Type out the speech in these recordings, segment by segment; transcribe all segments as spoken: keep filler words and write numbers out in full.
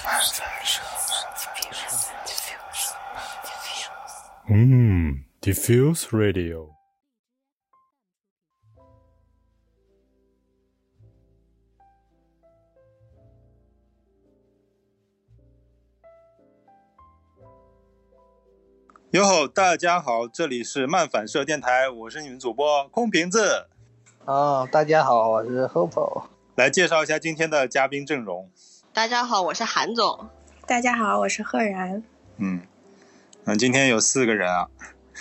嗯 Diffuse Radio。 哟吼，大家好，这里是漫反射电台，我是你们主播空瓶子。 哦，大家好，我是 Hopo。 来介绍一下今天的嘉宾阵容。 大家好，我是韩总。 大家好，我是赫然。 嗯，嗯，今天有四个人啊。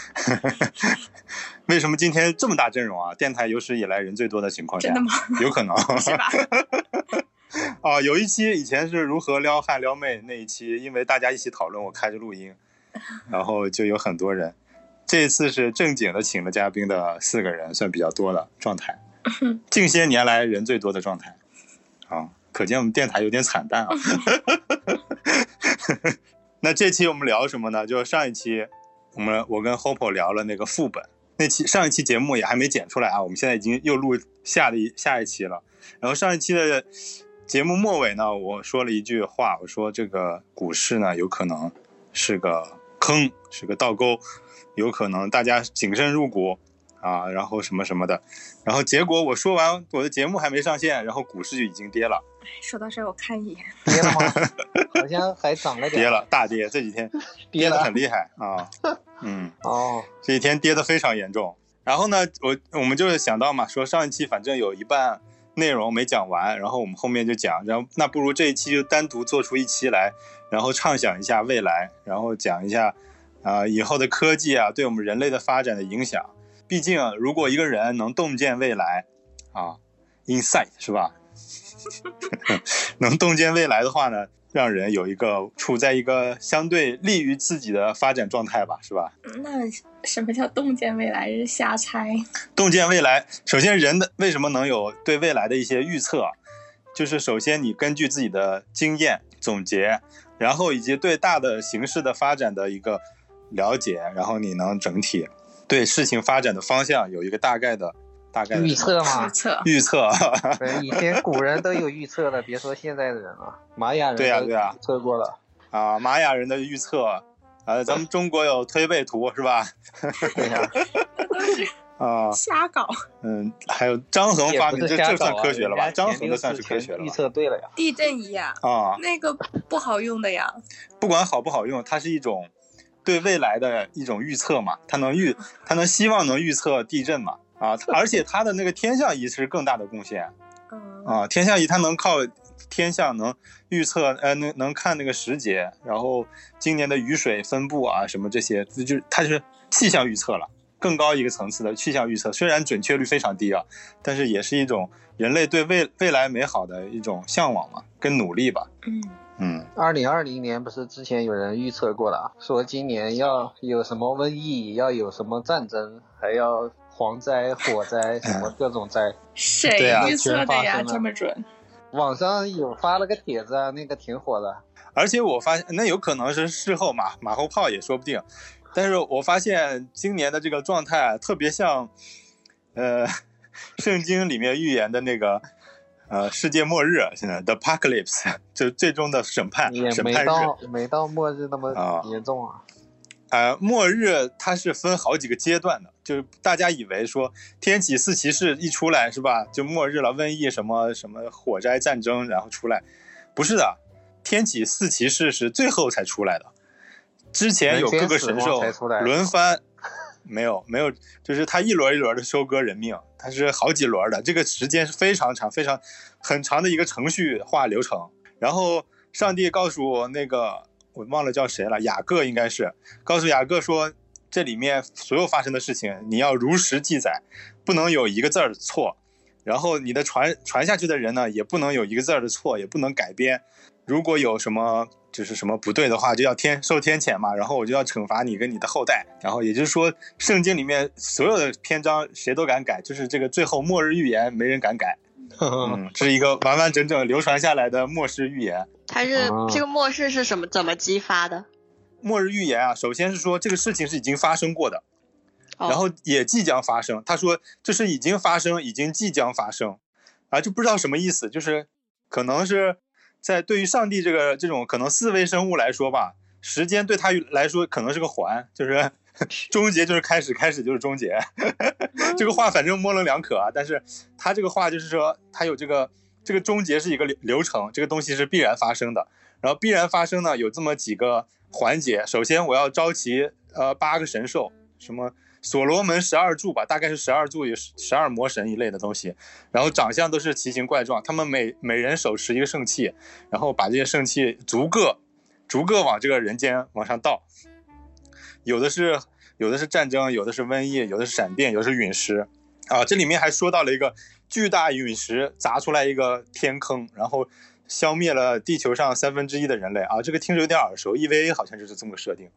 为什么今天这么大阵容啊？电台有史以来人最多的情况下。 真的吗？ 有可能。 是吧？ 哦，有一期以前是如何撩汉撩妹那一期，因为大家一起讨论，我开着录音。然后就有很多人，这一次是正经的请了嘉宾的四个人，算比较多的状态，近些年来人最多的状态啊，可见我们电台有点惨淡啊。那这期我们聊什么呢？就上一期我们我跟 Hopo 聊了那个副本，那期上一期节目也还没剪出来啊，我们现在已经又录下的一下一期了。然后上一期的节目末尾呢，我说了一句话，我说这个股市呢有可能是个坑，是个倒钩，有可能大家谨慎入股啊，然后什么什么的，然后结果我说完我的节目还没上线，然后股市就已经跌了。 说到这儿我看一眼， 跌了吗？好像还涨了点。 跌了，大跌，这几天跌得很厉害啊。嗯， 哦， 这几天跌得非常严重。然后呢，我我们就想到嘛，说上一期反正有一半内容没讲完，然后我们后面就讲，然后那不如这一期就单独做出一期来，然后畅想一下未来，然后讲一下啊、呃、以后的科技啊对我们人类的发展的影响。毕竟啊，如果一个人能洞见未来啊 ，insight 是吧？能洞见未来的话呢，让人有一个处在一个相对利于自己的发展状态吧，是吧？ 那什么叫洞见未来？是瞎猜。 洞见未来，首先人的为什么能有对未来的一些预测，就是首先你根据自己的经验总结，然后以及对大的形势的发展的一个了解，然后你能整体对事情发展的方向有一个大概的大概的预测嘛， 预测预测。 对，以前古人都有预测的，别说现在的人了，玛雅人对呀对呀预测过了啊，玛雅人的预测，呃，咱们中国有推背图是吧？ 对呀、 那都是啊， 瞎搞。 嗯，还有张衡发明，这这算科学了吧？ 人家张衡的算是科学了吧预测对了呀。 地震仪呀， 啊， 那个不好用的呀。 不管好不好用，它是一种对未来的一种预测嘛，它能预，它能希望能预测地震嘛，啊，而且它的那个天象仪是更大的贡献， 嗯啊，天象仪它能靠天象能预测，呃，能能看那个时节，然后今年的雨水分布啊，什么这些，就它就是气象预测了，更高一个层次的气象预测，虽然准确率非常低啊，但是也是一种人类对未未来美好的一种向往嘛，跟努力吧。 嗯嗯， 二零二零年不是之前有人预测过了，说今年要有什么瘟疫，要有什么战争，还要蝗灾、火灾，什么各种灾。 谁对啊预测的呀？ 全发生了这么准？ 网上有发了个帖子啊，那个挺火的。 而且我发现那有可能是事后马马后炮也说不定，但是我发现今年的这个状态特别像，呃，圣经里面预言的那个，呃，世界末日，现在 the apocalypse 就最终的审判， 也没审判日到没到末日那么啊严重啊。 呃，末日它是分好几个阶段的，就是大家以为说天启四骑士一出来是吧，就末日了，瘟疫什么什么火灾战争，然后出来，不是的，天启四骑士是最后才出来的，之前有各个神兽轮番，没有没有，就是他一轮一轮的收割人命，它是好几轮的，这个时间是非常长非常很长的一个程序化流程。然后上帝告诉那个我忘了叫谁了，雅各应该是告诉雅各说，这里面所有发生的事情你要如实记载，不能有一个字儿的错，然后你的传传下去的人呢也不能有一个字儿的错，也不能改编，如果有什么就是什么不对的话，就要天受天谴嘛，然后我就要惩罚你跟你的后代。然后也就是说圣经里面所有的篇章谁都敢改，就是这个最后末日预言没人敢改。嗯，这是一个完完整整流传下来的末世预言。 它是这个末世是什么怎么激发的？ 末日预言啊，首先是说这个事情是已经发生过的， 哦、 然后也即将发生。他说这是已经发生，已经即将发生，啊，就不知道什么意思，就是可能是在对于上帝这个这种可能四维生物来说吧，时间对他来说可能是个环，就是终结就是开始，开始就是终结。这个话反正模棱两可啊，但是他这个话就是说，他有这个这个终结是一个流程，这个东西是必然发生的。然后必然发生呢，有这么几个环节。首先我要召集呃八个神兽，什么所罗门十二柱吧，大概是十二柱有十二魔神一类的东西，然后长相都是奇形怪状，他们每每人手持一个圣器，然后把这些圣器逐个逐个往这个人间往上倒。有的是有的是战争，有的是瘟疫，有的是闪电，有的是陨石啊。这里面还说到了一个巨大陨石砸出来一个天坑，然后消灭了地球上三分之一的人类啊。这个听着有点耳熟 ，E V A 好像就是这么个设定。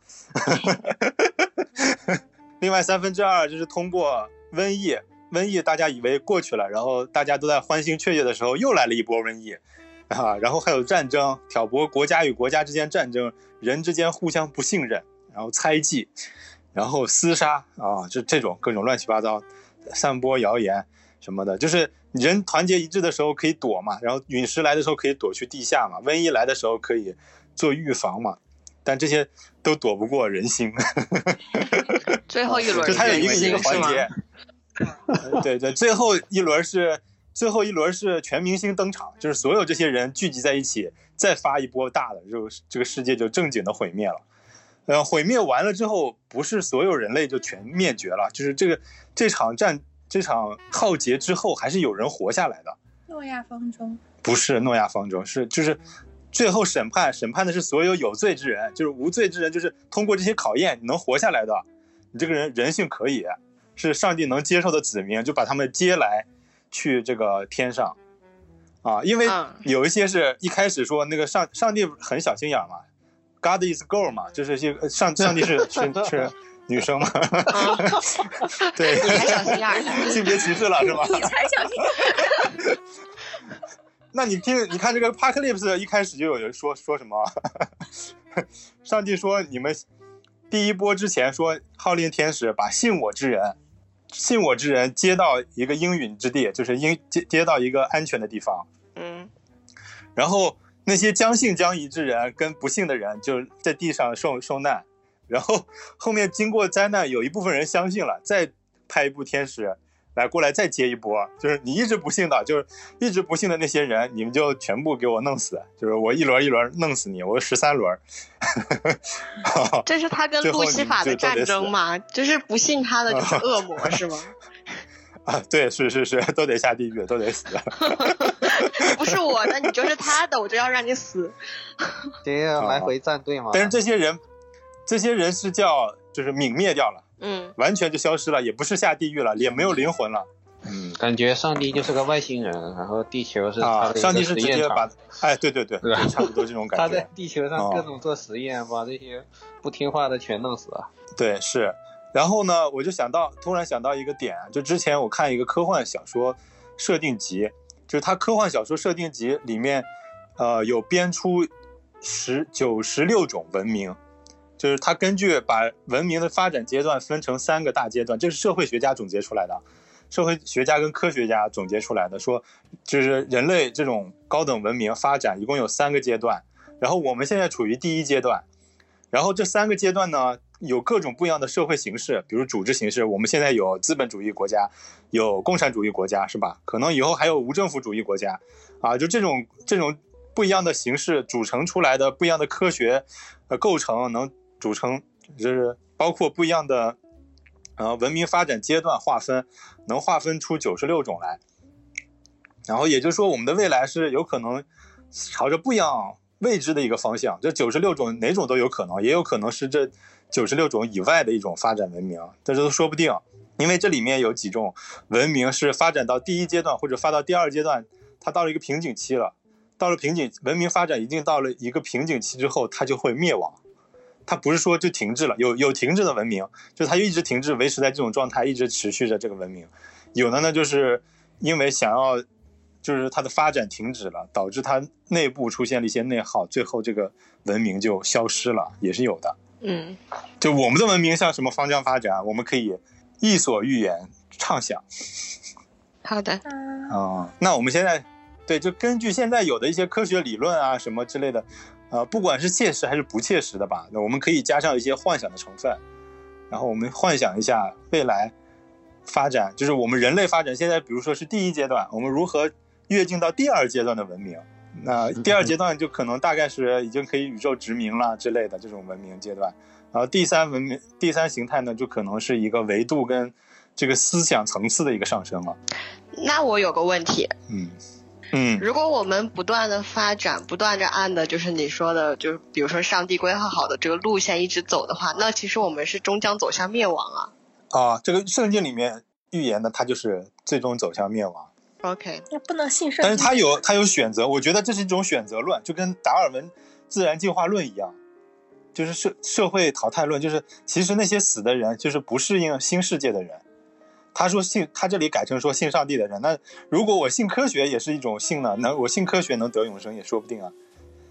另外三分之二就是通过瘟疫，瘟疫大家以为过去了，然后大家都在欢欣雀跃的时候，又来了一波瘟疫啊。然后还有战争，挑拨国家与国家之间战争，人之间互相不信任，然后猜忌，然后厮杀啊，这这种各种乱七八糟，散播谣言什么的，就是人团结一致的时候可以躲嘛，然后陨石来的时候可以躲去地下嘛，瘟疫来的时候可以做预防嘛，但这些都躲不过人心。 最后一轮就它有一个一个环节，对对，最后一轮是最后一轮是全明星登场，就是所有这些人聚集在一起，再发一波大的，就这个世界就正经的毁灭了。呃，毁灭完了之后，不是所有人类就全灭绝了，就是这个这场战这场浩劫之后，还是有人活下来的。 诺亚方舟不是诺亚方舟，是就是最后审判，审判的是所有有罪之人，就是无罪之人，就是通过这些考验，你能活下来的，你这个人人性可以，是上帝能接受的子民，就把他们接来去这个天上啊，因为有一些是一开始说那个上上帝很小心眼嘛。God is girl 嘛，就是上上帝是是是女生嘛，对， 你还小心眼儿， 性别歧视了是吧？ 你才小心眼儿。 那你听，你看这个 Apocalypse 一开始就有人说说什么？上帝说你们第一波之前说号令天使把信我之人，信我之人接到一个应允之地，就是应接接到一个安全的地方。 嗯， 然后。那些将信将疑之人跟不信的人就在地上受受难，然后后面经过灾难，有一部分人相信了，再派一部天使来过来再接一波，就是你一直不信的，就是一直不信的那些人，你们就全部给我弄死，就是我一轮一轮弄死你，我十三轮。 这是他跟路西法的战争吗？就是不信他的就是恶魔是吗？ 啊，对，是是是，都得下地狱，都得死。 不是我的，你就是他的，我就要让你死。 这样来回站队嘛。 但是这些人，这些人是叫就是泯灭掉了， 嗯， 完全就消失了，也不是下地狱了，也没有灵魂了。 嗯，感觉上帝就是个外星人，然后地球是他的一个实验场。 啊，上帝是直接把，哎，对对对，对差不多这种感觉。 他在地球上各种做实验，哦、把这些不听话的全弄死了。 对，是。然后呢，我就想到，突然想到一个点，就之前我看一个科幻小说设定集，就是它科幻小说设定集里面，呃，有编出十九十六种文明，就是它根据把文明的发展阶段分成三个大阶段，这是社会学家总结出来的，社会学家跟科学家总结出来的，说就是人类这种高等文明发展一共有三个阶段，然后我们现在处于第一阶段，然后这三个阶段呢。有各种不一样的社会形式，比如组织形式，我们现在有资本主义国家，有共产主义国家，是吧？可能以后还有无政府主义国家，啊，就这种这种不一样的形式组成出来的不一样的科学，呃，构成能组成，就是包括不一样的，呃，文明发展阶段划分，能划分出九十六种来。然后也就是说，我们的未来是有可能朝着不一样未知的一个方向，这九十六种哪种都有可能，也有可能是这九十六种以外的一种发展文明，这都说不定。因为这里面有几种文明是发展到第一阶段或者发到第二阶段，它到了一个瓶颈期了，到了瓶颈，文明发展一定到了一个瓶颈期之后，它就会灭亡。它不是说就停滞了，有有停滞的文明，就它一直停滞，维持在这种状态，一直持续着这个文明。有的呢，就是因为想要，就是它的发展停止了，导致它内部出现了一些内耗，最后这个文明就消失了，也是有的。 嗯， 就我们的文明向什么方向发展，我们可以伊索寓言畅想。 好的。 啊、嗯，那我们现在对，就根据现在有的一些科学理论啊什么之类的，呃，不管是切实还是不切实的吧，那我们可以加上一些幻想的成分，然后我们幻想一下未来发展，就是我们人类发展现在比如说是第一阶段，我们如何跃进到第二阶段的文明，那第二阶段就可能大概是已经可以宇宙殖民了之类的这种文明阶段，然后第三文明第三形态呢就可能是一个维度跟这个思想层次的一个上升了。 那我有个问题， 嗯嗯， 如果我们不断的发展，不断的按的就是你说的，就是比如说上帝规划好的这个路线一直走的话，那其实我们是终将走向灭亡啊。 啊，这个圣经里面预言的，它就是最终走向灭亡。 OK， 那不能信圣经， 但是它有它有选择，我觉得这是一种选择论，就跟达尔文自然进化论一样，就是社社会淘汰论，就是其实那些死的人就是不适应新世界的人。他说信，他这里改成说信上帝的人，那如果我信科学也是一种信呢？能我信科学能得永生也说不定啊。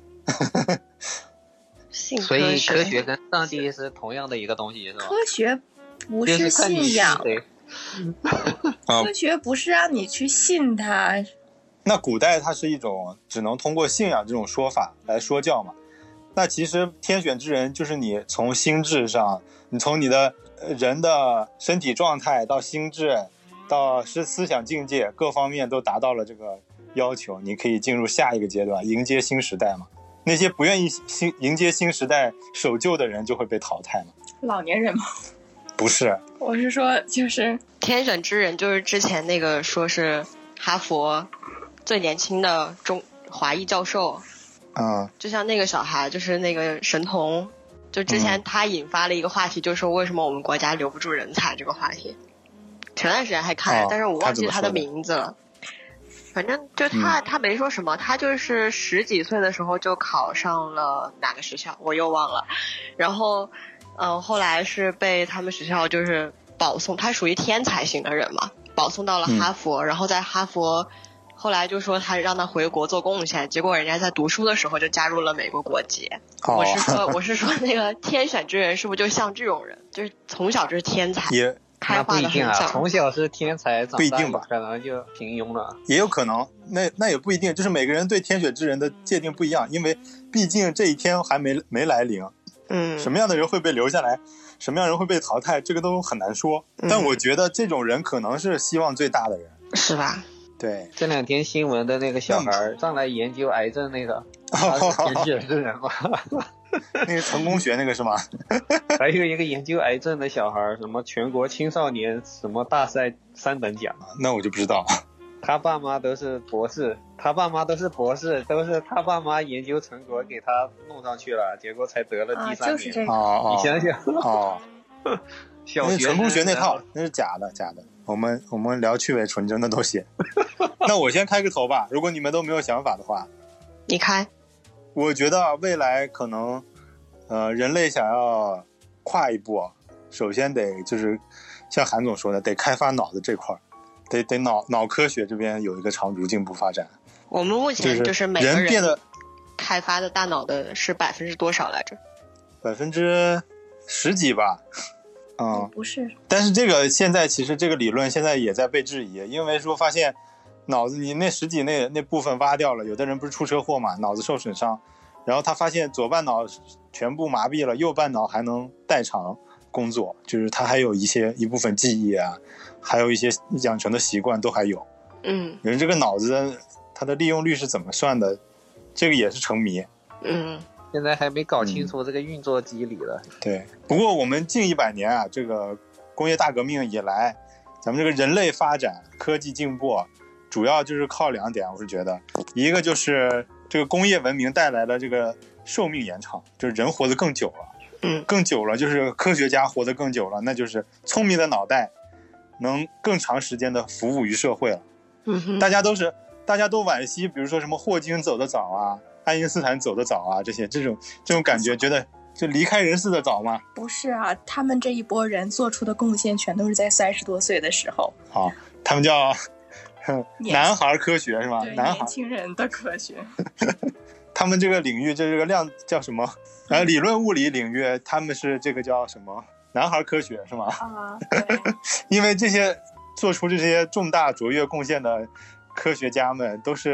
信科学， 所以科学跟上帝是同样的一个东西，是吧？ 科学不是信仰，科学不是让你去信它。 那古代它是一种只能通过信仰这种说法来说教嘛？那其实天选之人就是你从心智上，你从你的人的身体状态到心智到是思想境界各方面都达到了这个要求，你可以进入下一个阶段，迎接新时代嘛。那些不愿意新迎接新时代守旧的人就会被淘汰嘛。 老年人吗？ 不是， 我是说就是天选之人，就是之前那个说是哈佛最年轻的中华裔教授， 嗯， 就像那个小孩，就是那个神童，就之前他引发了一个话题，就是说为什么我们国家留不住人才这个话题。前段时间还看， 哦、 但是我忘记他的名字了。反正就他、嗯、他没说什么，他就是十几岁的时候就考上了哪个学校我又忘了，然后嗯、呃，后来是被他们学校就是保送，他属于天才型的人嘛，保送到了哈佛、嗯、然后在哈佛后来就说他让他回国做贡献，结果人家在读书的时候就加入了美国国籍、哦、我是说我是说那个天选之人是不是就像这种人，就是从小就是天才， 也那不一定啊，从小是天才，长大不一定吧， 可能就平庸了。 也有可能，那那也不一定，就是每个人对天选之人的界定不一样，因为毕竟这一天还没没来临。 嗯， 什么样的人会被留下来，什么样的人会被淘汰，这个都很难说。嗯、但我觉得这种人可能是希望最大的人， 是吧？ 对， 这两天新闻的那个小孩上来研究癌症那个，他是天选之人吗？ 那个成功学那个是吗？ 还有一个研究癌症的小孩，什么全国青少年什么大赛三等奖， 那我就不知道。 他爸妈都是博士，他爸妈都是博士，都是他爸妈研究成果给他弄上去了，结果才得了第三名。啊、 就是这个。 哦、 你想想。 哦。 小学那成功学那套那是假的，假的。我们我们聊趣味纯真的东西。那我先开个头吧，如果你们都没有想法的话。 你开。 我觉得未来可能，呃，人类想要跨一步，首先得就是像韩总说的，得开发脑子这块儿，得得脑脑科学这边有一个长足进步发展。 我们目前就是每个人变得开发的大脑的是百分之多少来着？ 百分之十几吧。嗯， 不是。 但是这个现在其实这个理论现在也在被质疑，因为说发现。脑子你那十几那那部分挖掉了，有的人不是出车祸嘛，脑子受损伤，然后他发现左半脑全部麻痹了，右半脑还能代偿工作，就是他还有一些一部分记忆啊，还有一些养成的习惯都还有。 嗯， 人这个脑子它的利用率是怎么算的，这个也是成谜。 嗯， 现在还没搞清楚这个运作机理了。 嗯、对，不过我们近一百年啊，这个工业大革命以来，咱们这个人类发展科技进步主要就是靠两点，我是觉得，一个就是这个工业文明带来了这个寿命延长，就是人活得更久了， 嗯， 更久了，就是科学家活得更久了，那就是聪明的脑袋能更长时间的服务于社会了。 嗯， 大家都是，大家都惋惜，比如说什么霍金走得早啊，爱因斯坦走得早啊，这些这种这种感觉，觉得就离开人世的早吗？ 不是啊，他们这一波人做出的贡献全都是在三十多岁的时候。 好，他们叫。男孩科学是吧？ 对， 男孩年轻人的科学。 他们这个领域，这个量叫什么？呃，理论物理领域，他们是这个叫什么？男孩科学是吗？ 啊，对。 因为这些做出这些重大卓越贡献的科学家们，都是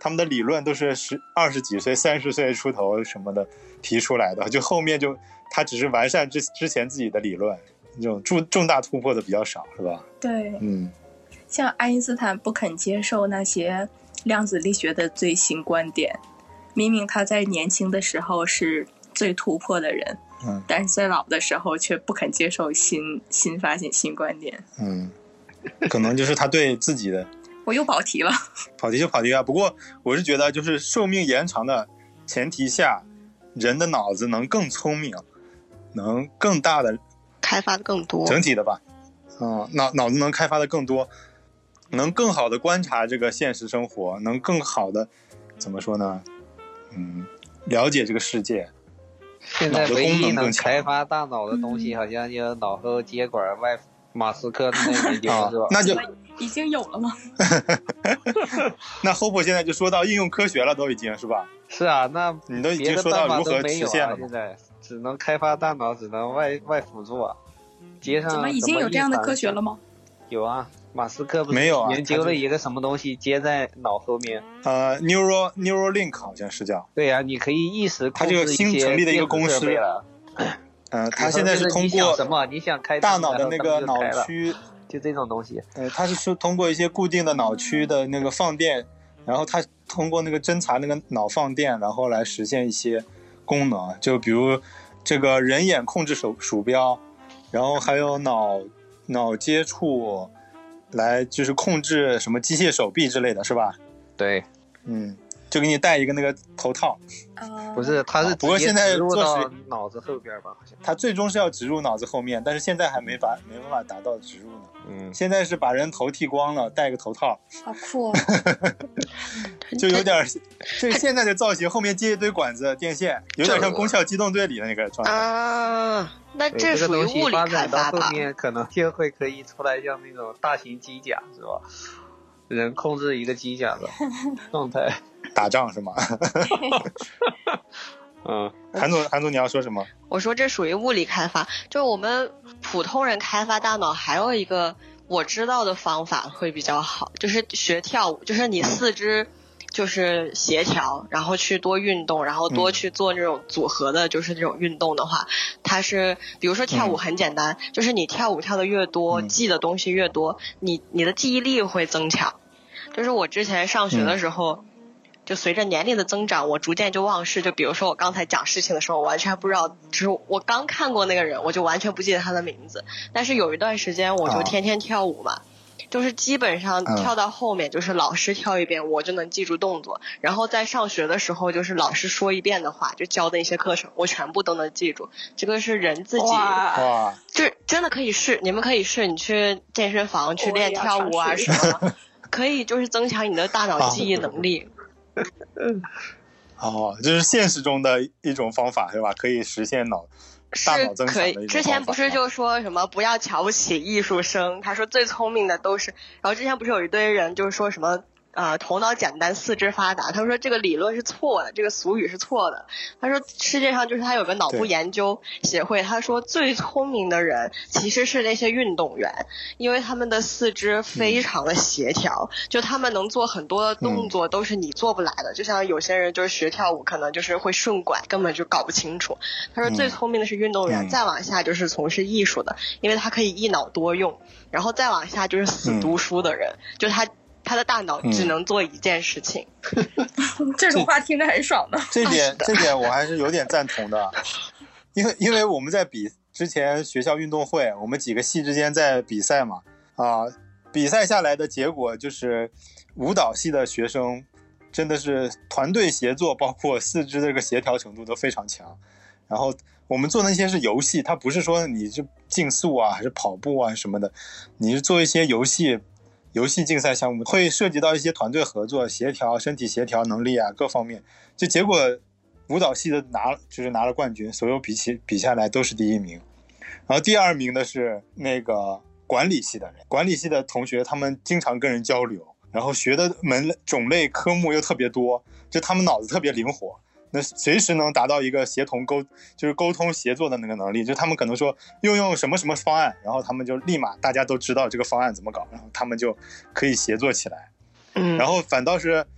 他们的理论都是十二十几岁、三十岁出头什么的提出来的，就后面就他只是完善之之前自己的理论，这种重重大突破的比较少，是吧？ 对， 嗯， 像爱因斯坦不肯接受那些量子力学的最新观点，明明他在年轻的时候是最突破的人，嗯，但是在老的时候却不肯接受新新发现新观点。 嗯，可能就是他对自己的我又跑题了， 跑题就跑题啊。不过我是觉得，就是寿命延长的前提下，人的脑子能更聪明，能更大的开发的更多， 整体的吧，嗯，脑脑子能开发的更多，能更好的观察这个现实生活，能更好的怎么说呢？嗯，了解这个世界。 现在唯一能开发大脑的东西，好像就脑后接管外马斯克的那研究、啊、是吧？ 那就已经有了吗？ 那 Hope 现在就说到应用科学了，都已经是吧？ 是啊，那你都已经说到如何实现了， 现在只能开发大脑，只能外外辅助啊。接上怎么已经有这样的科学了吗？ 有啊，马斯克不是没有啊？ 研究了一个什么东西接在脑后面？ 呃 ，Neural Neuralink 好像是叫。 对啊，你可以意识控制一些他这个新成立的一个公司了。 呃，他现在是通过什么？你想开大脑的那个脑区， 就这种东西。 呃，他是说通过一些固定的脑区的那个放电，然后他通过那个侦查那个脑放电，然后来实现一些功能，就比如这个人眼控制手鼠标，然后还有脑脑接触，来就是控制什么机械手臂之类的，是吧？ 对， 嗯。就给你戴一个那个头套， 呃、 不是，它是不过现在做到脑子后边吧？好像它最终是要植入脑子后面，但是现在还没法没办法达到植入呢。 嗯， 现在是把人头剃光了，戴个头套， 好酷哦！ 就有点这现在的造型，后面接一堆管子、电线，有点像《攻壳机动队》里的那个状态啊。那这属于物理开发吧？ 到后面可能就会可以出来像那种大型机甲，是吧？人控制一个机甲的状态。 打仗是吗？嗯，韩总，韩总你要说什么？ 我说这属于物理开发，就是我们普通人开发大脑还有一个我知道的方法会比较好，就是学跳舞，就是你四肢就是协调，然后去多运动，然后多去做那种组合的，就是这种运动的话，它是比如说跳舞很简单，就是你跳舞跳的越多，记的东西越多，你你的记忆力会增强。就是我之前上学的时候。就随着年龄的增长，我逐渐就忘事。就比如说我刚才讲事情的时候，我完全不知道，就是我刚看过那个人，我就完全不记得他的名字。但是有一段时间，我就天天跳舞嘛，啊、就是基本上跳到后面，就是老师跳一遍，我就能记住动作。然后在上学的时候，就是老师说一遍的话，就教的一些课程，我全部都能记住。这个是人自己， 哇， 就是真的可以试，你们可以试，你去健身房去练跳舞啊什么，可以就是增强你的大脑记忆能力。 哦，这是现实中的一种方法是吧？可以实现脑大脑增强的一种方法。 之前不是就说什么不要瞧不起艺术生，他说最聪明的都是，然后之前不是有一堆人就是说什么呃头脑简单四肢发达，他说这个理论是错的，这个俗语是错的。他说世界上就是他有个脑部研究协会，他说最聪明的人其实是那些运动员，因为他们的四肢非常的协调、嗯、就他们能做很多的动作都是你做不来的、嗯、就像有些人就是学跳舞可能就是会顺拐根本就搞不清楚。他说最聪明的是运动员、嗯、再往下就是从事艺术的，因为他可以一脑多用，然后再往下就是死读书的人、嗯、就他他的大脑只能做一件事情、 嗯、这种话听着很爽的。 这点这点我还是有点赞同的，因为因为我们在比之前学校运动会，我们几个系之间在比赛嘛，啊，比赛下来的结果就是舞蹈系的学生真的是团队协作，包括四肢的这个协调程度都非常强。然后我们做的那些是游戏，它不是说你是竞速啊还是跑步啊什么的，你是做一些游戏游戏竞赛项目，会涉及到一些团队合作、协调、身体协调能力啊各方面。就结果舞蹈系的拿就是拿了冠军，所有比起比下来都是第一名。然后第二名的是那个管理系的人，管理系的同学他们经常跟人交流，然后学的门种类科目又特别多，就他们脑子特别灵活，那随时能达到一个协同沟就是沟通协作的那个能力。就他们可能说用用什么什么方案，然后他们就立马大家都知道这个方案怎么搞，然后他们就可以协作起来。嗯，然后反倒是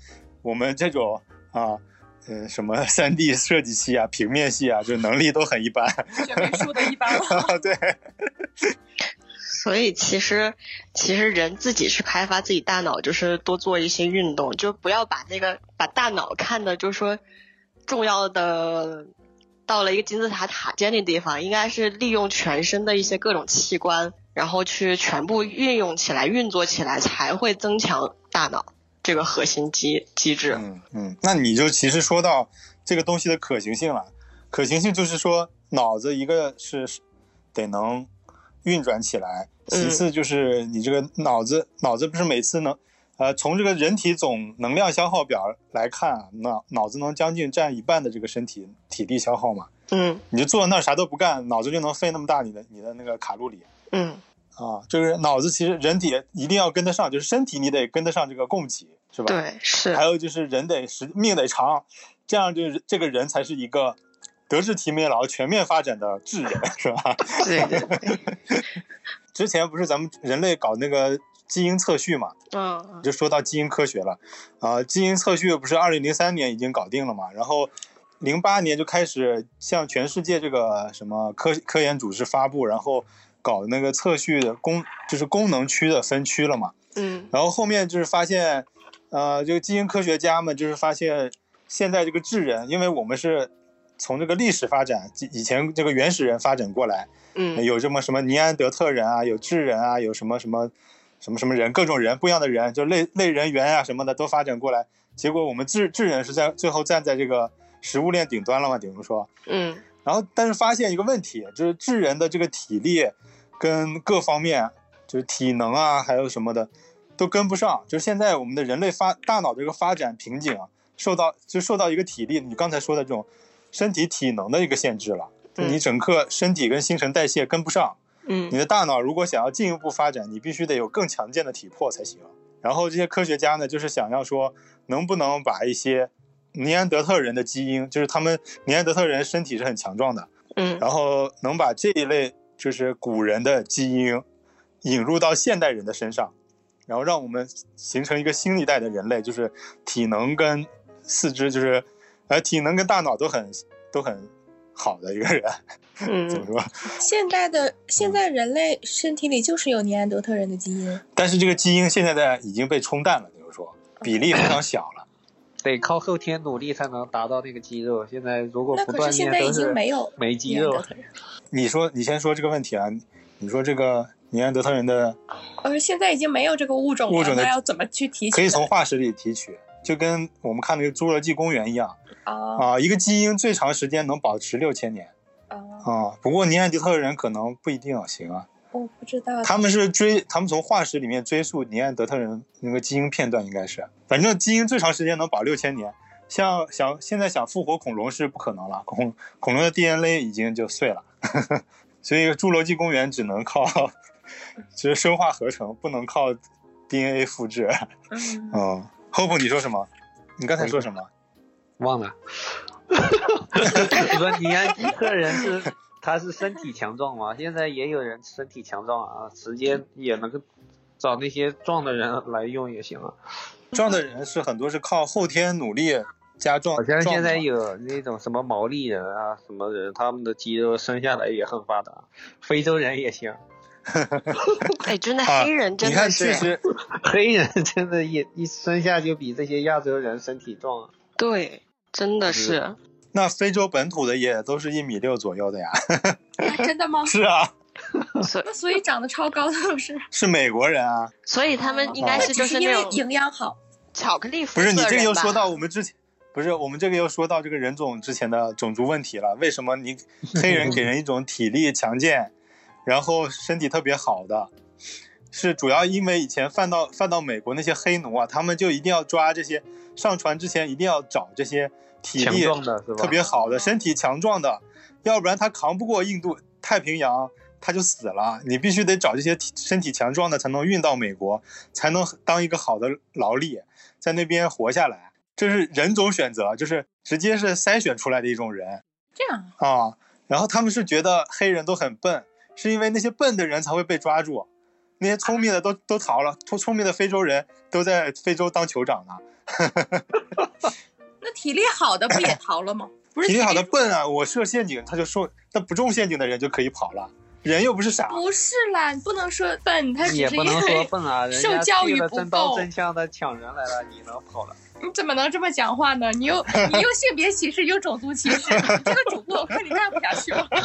我们这种啊，嗯、呃，什么 三 D 设计系啊、平面系啊，就能力都很一般， 学美术的一般了。 对。 所以其实其实人自己去开发自己大脑，就是多做一些运动，就不要把那个把大脑看的就是说重要的到了一个金字塔塔尖的地方，应该是利用全身的一些各种器官，然后去全部运用起来运作起来，才会增强大脑这个核心机机制。 嗯嗯，那你就其实说到这个东西的可行性了。可行性就是说脑子一个是得能运转起来，其次就是你这个脑子、嗯、脑子不是每次能呃从这个人体总能量消耗表来看，脑脑子能将近占一半的这个身体体力消耗嘛。 嗯， 你就坐那儿啥都不干，脑子就能费那么大你的你的那个卡路里。 嗯啊，就是脑子其实人体一定要跟得上，就是身体你得跟得上这个供给，是吧？ 对，是。 还有就是人得时命得长，这样就是这个人才是一个德智体美劳全面发展的智人，是吧？ 对对对。 之前不是咱们人类搞那个基因测序嘛？ 嗯， 就说到基因科学了啊、呃，基因测序不是二零零三年已经搞定了嘛？然后零八年就开始向全世界这个什么科科研组织发布，然后搞那个测序的功就是功能区的分区了嘛。 嗯， 然后后面就是发现，呃，这个基因科学家们就是发现，现在这个智人，因为我们是从这个历史发展，以前这个原始人发展过来， 嗯， 有这么什么尼安德特人啊，有智人啊，有什么什么什么什么人，各种人不一样的人，就类类人猿啊什么的都发展过来，结果我们智智人是在最后站在这个食物链顶端了嘛，顶多说， 嗯， 然后但是发现一个问题，就是智人的这个体力跟各方面，就是体能啊，还有什么的。都跟不上，就是现在我们的人类发大脑这个发展瓶颈啊，受到就受到一个体力，你刚才说的这种身体体能的一个限制了， 嗯、 你整个身体跟新陈代谢跟不上， 嗯， 你的大脑如果想要进一步发展，你必须得有更强健的体魄才行。然后这些科学家呢，就是想要说，能不能把一些尼安德特人的基因，就是他们尼安德特人身体是很强壮的， 嗯， 然后能把这一类就是古人的基因引入到现代人的身上。然后让我们形成一个新一代的人类，就是体能跟四肢，就是呃体能跟大脑都很都很好的一个人。 嗯， 怎么说？ 现代的现在人类身体里就是有尼安德特人的基因， 但是这个基因现在的已经被冲淡了，比如说比例非常小了， 得靠后天努力才能达到那个肌肉。现在如果不锻炼， 那可是现在已经没有没肌肉。 你说，你先说这个问题啊？你说这个尼安德特人的， 呃，现在已经没有这个物种了， 物种的那要怎么去提取？ 可以从化石里提取，就跟我们看那个侏罗纪公园一样。 啊、 啊，一个基因最长时间能保持六千年。 啊、 啊，不过尼安德特人可能不一定行啊。 我不知道。 他们是追，他们从化石里面追溯尼安德特人那个基因片段，应该是，反正基因最长时间能保六千年。像想现在想复活恐龙是不可能了，恐恐龙的 D N A 已经就碎了。所以侏罗纪公园只能靠就是生化合成，不能靠 D N A 复制。 嗯， 嗯 Hope 你说什么？你刚才说什么？ 忘了。你说尼安德特人是他是身体强壮吗？现在也有人身体强壮啊，直接也能够找那些壮的人来用也行啊。 壮的人是很多是靠后天努力加壮， 好像现在有那种什么毛利人啊，什么人，他们的肌肉生下来也很发达，非洲人也行。 哎，真的黑人真的是， 啊、你看确实黑人真的也一生下就比这些亚洲人身体壮啊。 对，真的是。 是那非洲本土的也都是一米六左右的呀。 啊、真的吗？ 是啊。 那所以长得超高的都是是美国人啊。 所以他们应该是就是那种营养好。 巧克力肤色人吧。不是你这个又说到我们之前，不是我们这个又说到这个人种之前的种族问题了。为什么你黑人给人一种体力强健，然后身体特别好的，是主要因为以前贩到贩到美国那些黑奴啊，他们就一定要抓这些，上船之前一定要找这些体力特别好的、身体强壮的，要不然他扛不过印度太平洋。他就死了，你必须得找这些身体强壮的才能运到美国，才能当一个好的劳力，在那边活下来。这是人种选择，就是直接是筛选出来的一种人。 这样啊，然后他们是觉得黑人都很笨，是因为那些笨的人才会被抓住， 那些聪明的都都逃了，聪明的非洲人都在非洲当酋长呢。 那体力好的不也逃了吗？不是体力好的笨啊，我设陷阱他就说，那不中陷阱的人就可以跑了。人又不是傻， 不是啦，你不能说笨，他只是因为也不能说笨啊， 受教育不够， 真刀真枪的抢人来了，你能跑了？ 你怎么能这么讲话呢？你又你又性别歧视，又种族歧视，你这个主播我看你干不下去了。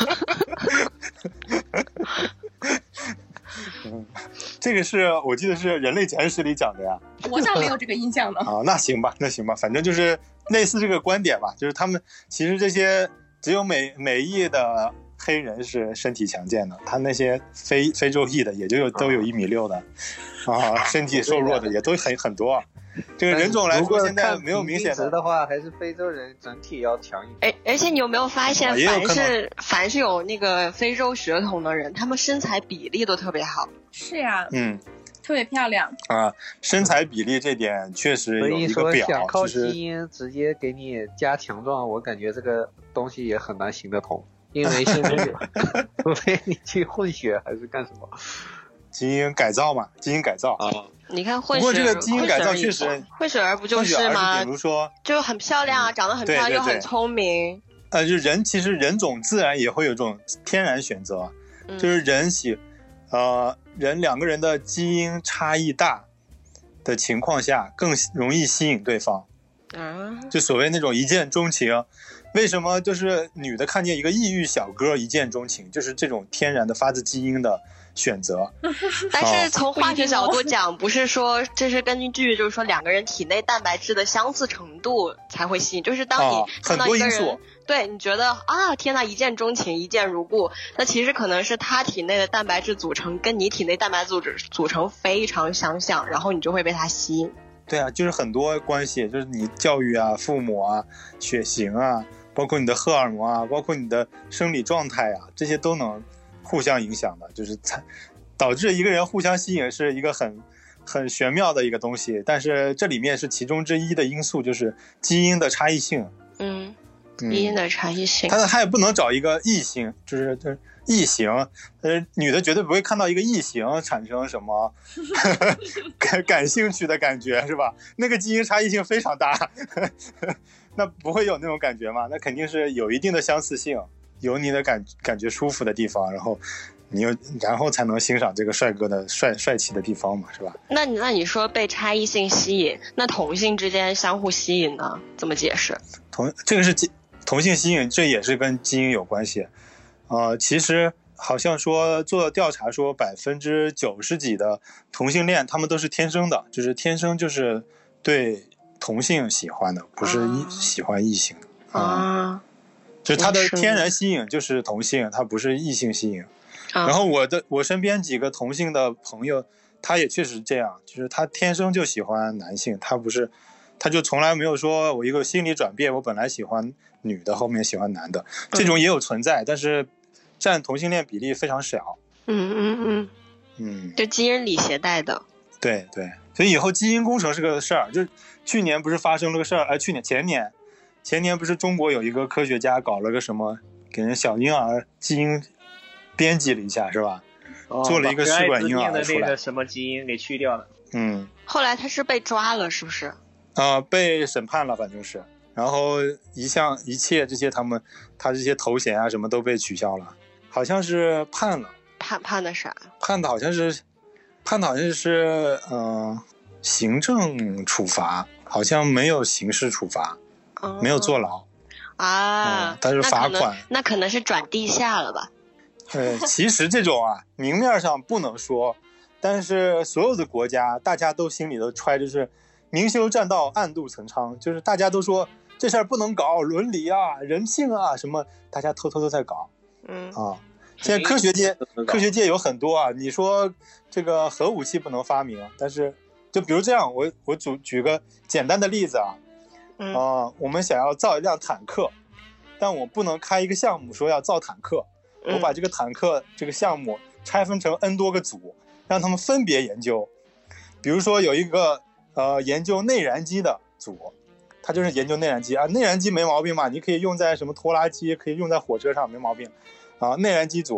嗯，这个是我记得是《人类简史》里讲的呀， 我咋没有这个印象呢？ 啊，那行吧，那行吧，反正就是类似这个观点吧，就是他们其实这些只有美美裔的黑人是身体强健的，他那些非非洲裔的也就有都有一米六的，啊，身体瘦弱的也都很很多。这个人种来说，现在没有明显的的话，还是非洲人整体要强一点。 而而且你有没有发现，凡是凡是有那个非洲血统的人，他们身材比例都特别好。 是呀， 嗯， 特别漂亮啊，身材比例这点确实有一个表。 想靠基因直接给你加强壮，我感觉这个东西也很难行得通，因为现在除非你去混血还是干什么。 基因改造嘛，基因改造啊。 你看混血， 不过这个基因改造确实， 混血儿不就是吗？ 比如说， 就很漂亮啊，长得很漂亮， 对对对， 又很聪明。 呃，就人其实人种自然也会有这种天然选择，嗯、就是人喜，呃，人两个人的基因差异大的情况下，更容易吸引对方。 啊， 就所谓那种一见钟情。为什么就是女的看见一个异域小哥一见钟情，就是这种天然的发自基因的选择。 但是从化学角度讲，不是说这是根据就是说两个人体内蛋白质的相似程度才会吸引，就是当你看到一个人，哦、对你觉得啊天哪一见钟情一见如故，那其实可能是他体内的蛋白质组成跟你体内蛋白质组成非常相像，然后你就会被他吸引。 对啊，就是很多关系，就是你教育啊、父母啊、血型啊，包括你的荷尔蒙啊，包括你的生理状态啊，这些都能互相影响的，就是才导致一个人互相吸引，是一个很很玄妙的一个东西。但是这里面是其中之一的因素，就是基因的差异性。 嗯，基因的差异性。 他他也不能找一个异性，就是就是异形，呃，女的绝对不会看到一个异形产生什么感感兴趣的感觉，是吧？那个基因差异性非常大，那不会有那种感觉吗？那肯定是有一定的相似性，有你的感感觉舒服的地方，然后你又然后才能欣赏这个帅哥的帅帅气的地方嘛，是吧？ 那你那你说被差异性吸引，那同性之间相互吸引呢？怎么解释？ 同这个是同性吸引，这也是跟基因有关系。呃，其实好像说做调查说百分之九十几的同性恋，他们都是天生的，就是天生就是对同性喜欢的，不是喜欢异性的啊。 就是他的天然吸引就是同性，他不是异性吸引。 啊、 然后我的我身边几个同性的朋友，他也确实这样，就是他天生就喜欢男性，他不是，他就从来没有说我一个心理转变，我本来喜欢女的，后面喜欢男的，这种也有存在，嗯、但是占同性恋比例非常小。 嗯嗯嗯嗯， 就基因里携带的。 对对，所以以后基因工程是个事儿。就去年不是发生了个事儿，哎，去年前年前年不是中国有一个科学家搞了个什么，给人小婴儿基因编辑了一下，是吧？ 哦、 做了一个试管婴儿出来，的那个什么基因给去掉了。 嗯， 后来他是被抓了，是不是？ 啊、呃，被审判了，反正是。然后一项一切这些他们他这些头衔啊什么都被取消了，好像是判了。 判判的啥？ 判的好像是判的好像是嗯、呃、行政处罚，好像没有刑事处罚， 哦、 没有坐牢啊、 嗯，但是罚款。 那可能是转地下了吧？ 呃，其实这种啊，明面上不能说，但是所有的国家，大家都心里都揣着是明修栈道，暗度陈仓，就是大家都说这事儿不能搞，伦理啊、人性啊什么，大家偷偷都在搞。 嗯啊，现在科学界科学界有很多啊，你说这个核武器不能发明，但是就比如这样，我我举举个简单的例子啊， 嗯、 啊，我们想要造一辆坦克，但我不能开一个项目说要造坦克。我把这个坦克这个项目拆分成 N 多个组，让他们分别研究。比如说有一个呃研究内燃机的组，他就是研究内燃机啊，内燃机没毛病嘛，你可以用在什么拖拉机，可以用在火车上没毛病啊。内燃机组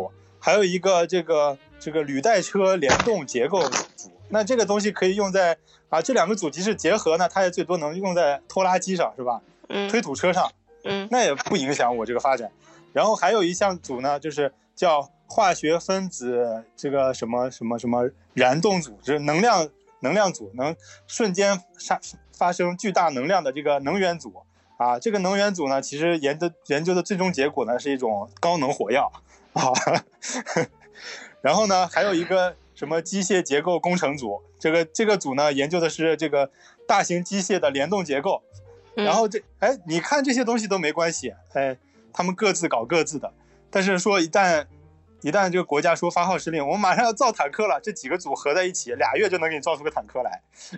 还有一个这个这个履带车联动结构组，那这个东西可以用在啊这两个组即使结合呢，它也最多能用在拖拉机上是吧？ 嗯， 推土车上， 嗯， 那也不影响我这个发展。然后还有一项组呢，就是叫化学分子这个什么什么什么燃动组，就是能量能量组，能瞬间发发生巨大能量的这个能源组啊。这个能源组呢，其实研究研究的最终结果呢是一种高能火药啊。然后呢，还有一个什么机械结构工程组，这个这个组呢研究的是这个大型机械的联动结构。然后这哎，你看这些东西都没关系，哎，他们各自搞各自的。但是说一旦一旦这个国家说发号施令，我们马上要造坦克了，这几个组合在一起，俩月就能给你造出个坦克来。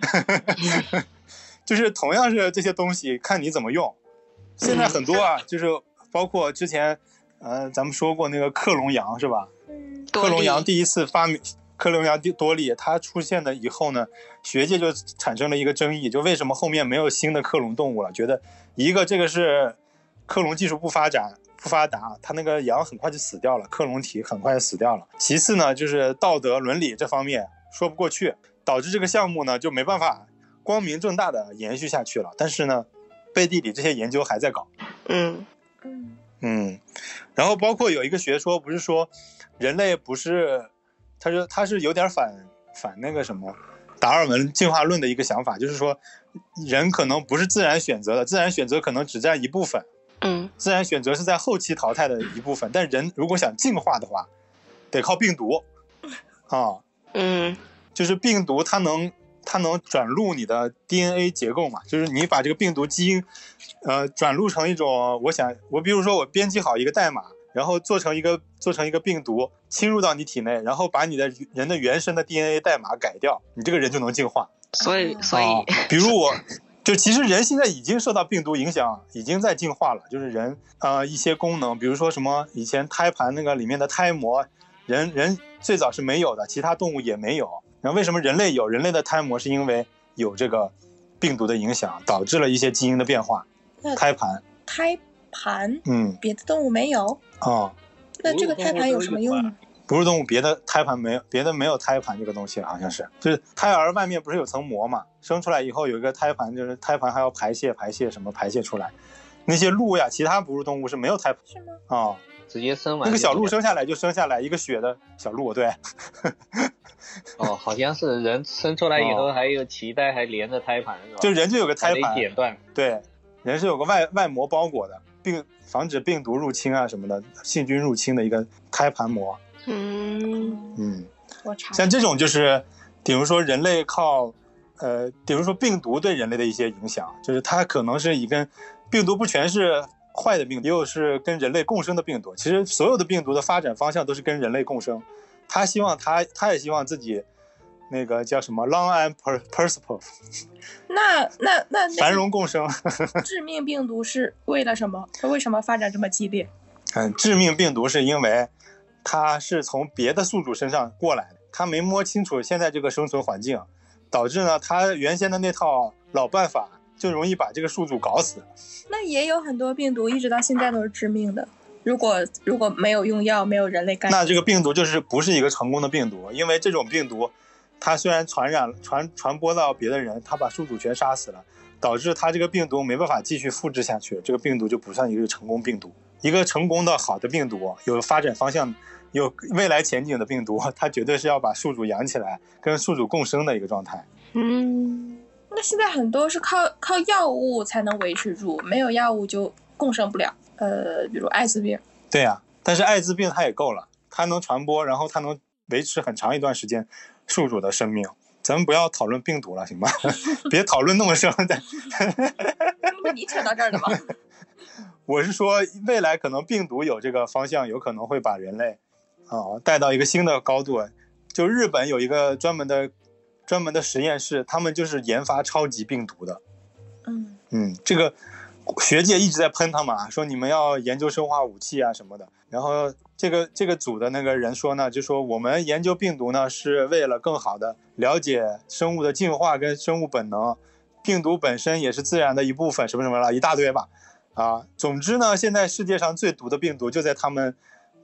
就是同样是这些东西，看你怎么用。现在很多啊，就是包括之前呃咱们说过那个克隆羊是吧？嗯，克隆羊第一次发明。克隆羊多利它出现了以后呢，学界就产生了一个争议，就为什么后面没有新的克隆动物了？觉得一个这个是克隆技术不发展不发达，它那个羊很快就死掉了，克隆体很快就死掉了。其次呢，就是道德伦理这方面说不过去，导致这个项目呢就没办法光明正大的延续下去了。但是呢，背地里这些研究还在搞。 嗯嗯嗯，然后包括有一个学说，不是说人类不是。他说他是有点反反那个什么达尔文进化论的一个想法，就是说人可能不是自然选择的，自然选择可能只占一部分， 嗯， 自然选择是在后期淘汰的一部分，但人如果想进化的话，得靠病毒啊， 嗯， 就是病毒它能它能转录你的 D N A 结构嘛，就是你把这个病毒基因呃转录成一种，我想我比如说我编辑好一个代码。然后做成一个做成一个病毒侵入到你体内，然后把你的人的原生的 D N A 代码改掉，你这个人就能进化。 所以所以、 啊、比如我就其实人现在已经受到病毒影响，已经在进化了，就是人呃一些功能，比如说什么以前胎盘那个里面的胎膜，人人最早是没有的，其他动物也没有。然后为什么人类有？人类的胎膜是因为有这个病毒的影响，导致了一些基因的变化。胎盘胎盘， 嗯， 别的动物没有。 哦， 那这个胎盘有什么用呢？ 哺乳动物别的胎盘没有，别的没有胎盘这个东西，好像是，就是胎儿外面不是有层膜嘛，生出来以后有一个胎盘，就是胎盘还要排泄排泄什么排泄出来。那些鹿呀，其他哺乳动物是没有胎盘， 是吗？ 啊、哦， 直接生完那个小鹿生下来就生下来一个血的小鹿，对。 哦，好像是人生出来以后还有脐带还连着胎盘是吧？ 就人就有个胎盘， 剪断。 对，人是有个外外膜包裹的，并防止病毒入侵啊什么的，细菌入侵的一个胎盘膜。 嗯嗯， 我查。 像这种就是，比如说人类靠，呃，比如说病毒对人类的一些影响，就是它可能是以跟病毒不全是坏的病毒，也有是跟人类共生的病毒。其实所有的病毒的发展方向都是跟人类共生。他希望他他也希望自己那个叫什么 long and prosper， 那那那繁荣共生。 致命病毒是为了什么？它为什么发展这么激烈？ 嗯，致命病毒是因为它是从别的宿主身上过来的，它没摸清楚现在这个生存环境，导致呢它原先的那套老办法就容易把这个宿主搞死。 那也有很多病毒一直到现在都是致命的。如果如果没有用药，没有人类干， 那这个病毒就是不是一个成功的病毒，因为这种病毒，它虽然传染传传播到别的人，它把宿主全杀死了，导致它这个病毒没办法继续复制下去，这个病毒就不算一个成功病毒。一个成功的好的病毒，有发展方向、有未来前景的病毒，它绝对是要把宿主养起来，跟宿主共生的一个状态。 嗯，那现在很多是靠靠药物才能维持住，没有药物就共生不了。呃，比如艾滋病。 对呀、啊，但是艾滋病它也够了，它能传播，然后它能维持很长一段时间宿主的生命。咱们不要讨论病毒了，行吧？别讨论那么深。 你扯到这儿的吗？ 我是说，未来可能病毒有这个方向，有可能会把人类啊带到一个新的高度。就日本有一个专门的专门的实验室，他们就是研发超级病毒的。 嗯嗯，这个。学界一直在喷他们啊，说你们要研究生化武器啊什么的。然后这个这个组的那个人说呢，就说我们研究病毒呢是为了更好的了解生物的进化跟生物本能，病毒本身也是自然的一部分，什么什么了一大堆吧。啊，总之呢，现在世界上最毒的病毒就在他们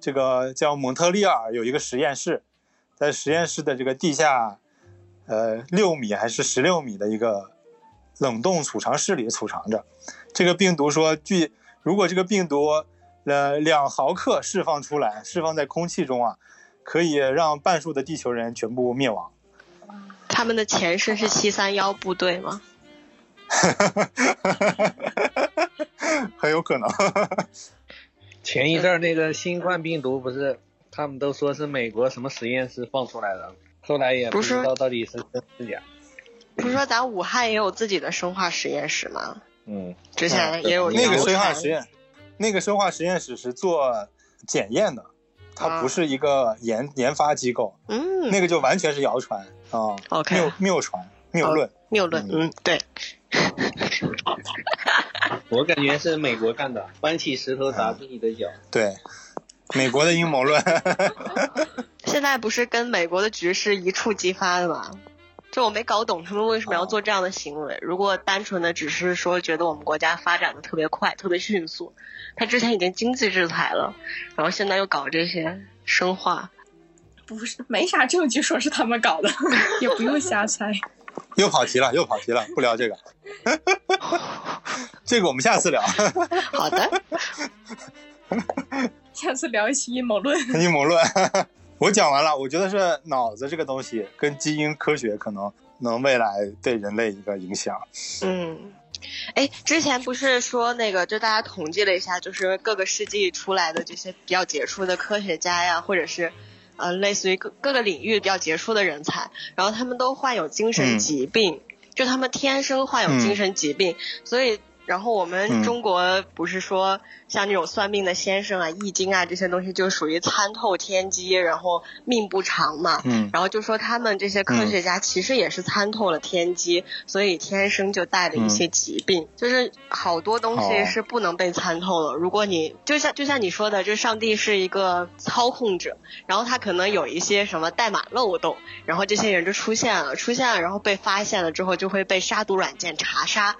这个叫蒙特利尔有一个实验室，在实验室的这个地下呃六米还是十六米的一个冷冻储藏室里储藏着。这个病毒说，据如果这个病毒呃两毫克释放出来，释放在空气中啊，可以让半数的地球人全部灭亡。 他们的前身是七三一部队吗？ 很有可能。 前一阵那个新冠病毒不是他们都说是美国什么实验室放出来的，后来也不知道到底是真是假。 不是说咱武汉也有自己的生化实验室吗？ 嗯， 之前也有那个生化实验，那个生化实验室是做检验的，它不是一个研、啊、研发机构。 嗯， 那个就完全是谣传啊。 OK， 谬谬传、谬论、哦、 谬论。嗯，嗯对。 我感觉是美国干的，搬起石头砸自己的脚。 嗯、对，美国的阴谋论。 现在不是跟美国的局势一触即发的吗？就我没搞懂他们为什么要做这样的行为。如果单纯的只是说觉得我们国家发展的特别快特别迅速，他之前已经经济制裁了，然后现在又搞这些生化， 不是没啥证据说是他们搞的。也不用瞎猜。 又跑题了又跑题了，不聊这个。这个我们下次聊。 好的。 下次聊一期阴谋论。 阴谋论。我讲完了，我觉得是脑子这个东西跟基因科学可能能未来对人类一个影响。 嗯，哎，之前不是说那个，就大家统计了一下，就是各个世纪出来的这些比较杰出的科学家呀，或者是呃类似于各各个领域比较杰出的人才，然后他们都患有精神疾病，嗯、就他们天生患有精神疾病，嗯、所以。然后我们中国不是说像那种算命的先生啊、易经啊这些东西就属于参透天机，然后命不长嘛。嗯。然后就说他们这些科学家其实也是参透了天机，嗯、所以天生就带了一些疾病。嗯、就是好多东西是不能被参透的。如果你就像就像你说的，就上帝是一个操控者，然后他可能有一些什么代码漏洞，然后这些人就出现了，出现了，然后被发现了之后就会被杀毒软件查杀。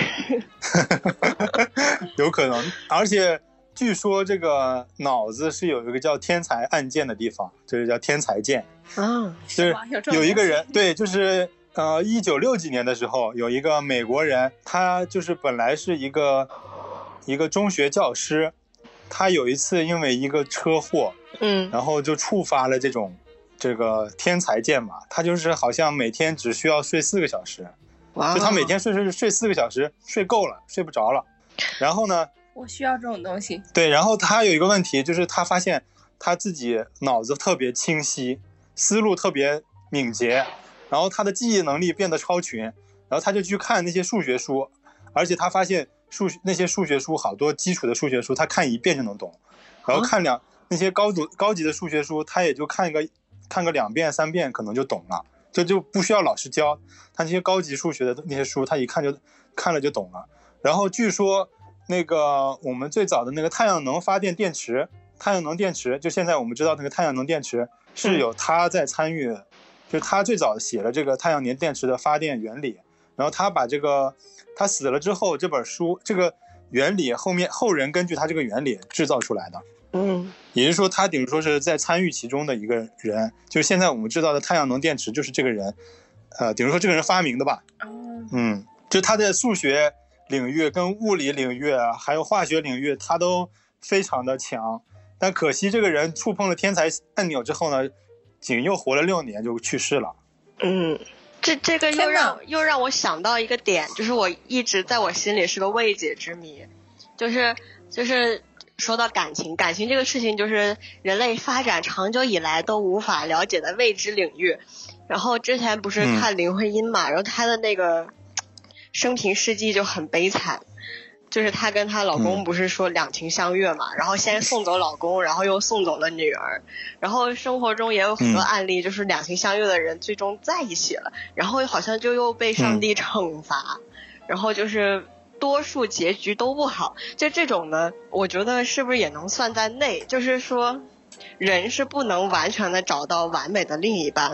有可能，而且据说这个脑子是有一个叫天才按键的地方，就是叫天才键。 嗯， 就是有一个人，对，就是呃，一九六几年的时候，有一个美国人，他就是本来是一个一个中学教师，他有一次因为一个车祸， 嗯， 然后就触发了这种这个天才键嘛，他就是好像每天只需要睡四个小时。就他每天睡睡睡四个小时，睡够了，睡不着了。然后呢， 我需要这种东西。 对，然后他有一个问题，就是他发现他自己脑子特别清晰，思路特别敏捷，然后他的记忆能力变得超群。然后他就去看那些数学书，而且他发现数学那些数学书好多基础的数学书，他看一遍就能懂。然后看两、啊、那些高度高级的数学书，他也就看一个看个两遍三遍，可能就懂了。这就不需要老师教，他那些高级数学的那些书，他一看就看了就懂了。然后据说那个我们最早的那个太阳能发电电池，太阳能电池就现在我们知道那个太阳能电池是有他在参与，嗯、就是他最早写了这个太阳能电池的发电原理，然后他把这个他死了之后这本书这个原理后面后人根据他这个原理制造出来的。 嗯， 也就是说他等于说是在参与其中的一个人，就是现在我们知道的太阳能电池就是这个人呃，等于说这个人发明的吧。嗯，就他的数学领域跟物理领域还有化学领域他都非常的强，但可惜这个人触碰了天才按钮之后呢，仅又活了六年就去世了。 嗯，这这个又让又让我想到一个点，就是我一直在我心里是个未解之谜，就是就是说到感情，感情这个事情就是人类发展长久以来都无法了解的未知领域。然后之前不是看林徽因嘛，嗯、然后她的那个生平事迹就很悲惨，就是她跟她老公不是说两情相悦嘛，嗯、然后先送走老公，然后又送走了女儿，然后生活中也有很多案例，就是两情相悦的人最终在一起了，然后好像就又被上帝惩罚，嗯、然后就是多数结局都不好。就这种呢，我觉得是不是也能算在内，就是说人是不能完全的找到完美的另一半的，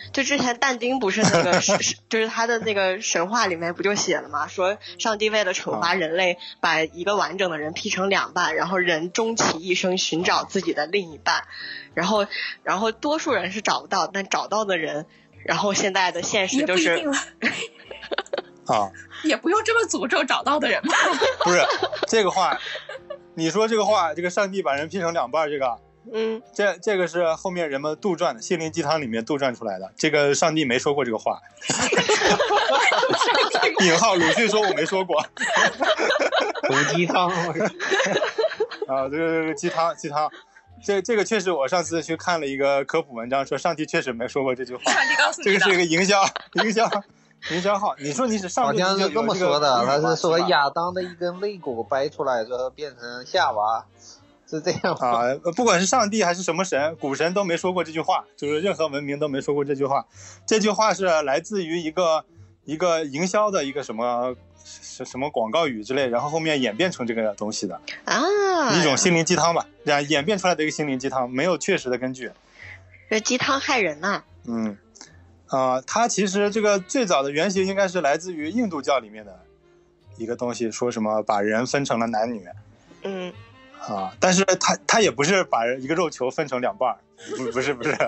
就之前但丁不是那个就是他的那个神话里面不就写了吗？说上帝为了惩罚人类，把一个完整的人劈成两半，然后人终其一生寻找自己的另一半，然后然后多数人是找不到，但找到的人，然后现在的现实就是啊， 也不用这么诅咒找到的人吧？ 不是这个话，你说这个话，这个上帝把人劈成两半，这个。 嗯， 这这个是后面人们杜撰的，心灵鸡汤里面杜撰出来的。这个上帝没说过这个话。引号鲁迅说我没说过。 毒鸡汤。 啊，这个这个鸡汤鸡汤，这这个确实，我上次去看了一个科普文章，说上帝确实没说过这句话。 上帝告诉你这个是一个营销营销营销号。你说你是上帝， 好像是这么说的，他是说亚当的一根肋骨掰出来之后变成夏娃。是这样啊，不管是上帝还是什么神，古神都没说过这句话，就是任何文明都没说过这句话。这句话是来自于一个一个营销的一个什么什么广告语之类，然后后面演变成这个东西的啊， 一种心灵鸡汤吧，这样演变出来的一个心灵鸡汤，没有确实的根据。 这鸡汤害人呐、啊。 嗯，啊、呃，它其实这个最早的原型应该是来自于印度教里面的一个东西，说什么把人分成了男女。 嗯。 啊，但是他他也不是把一个肉球分成两半，不不是不是。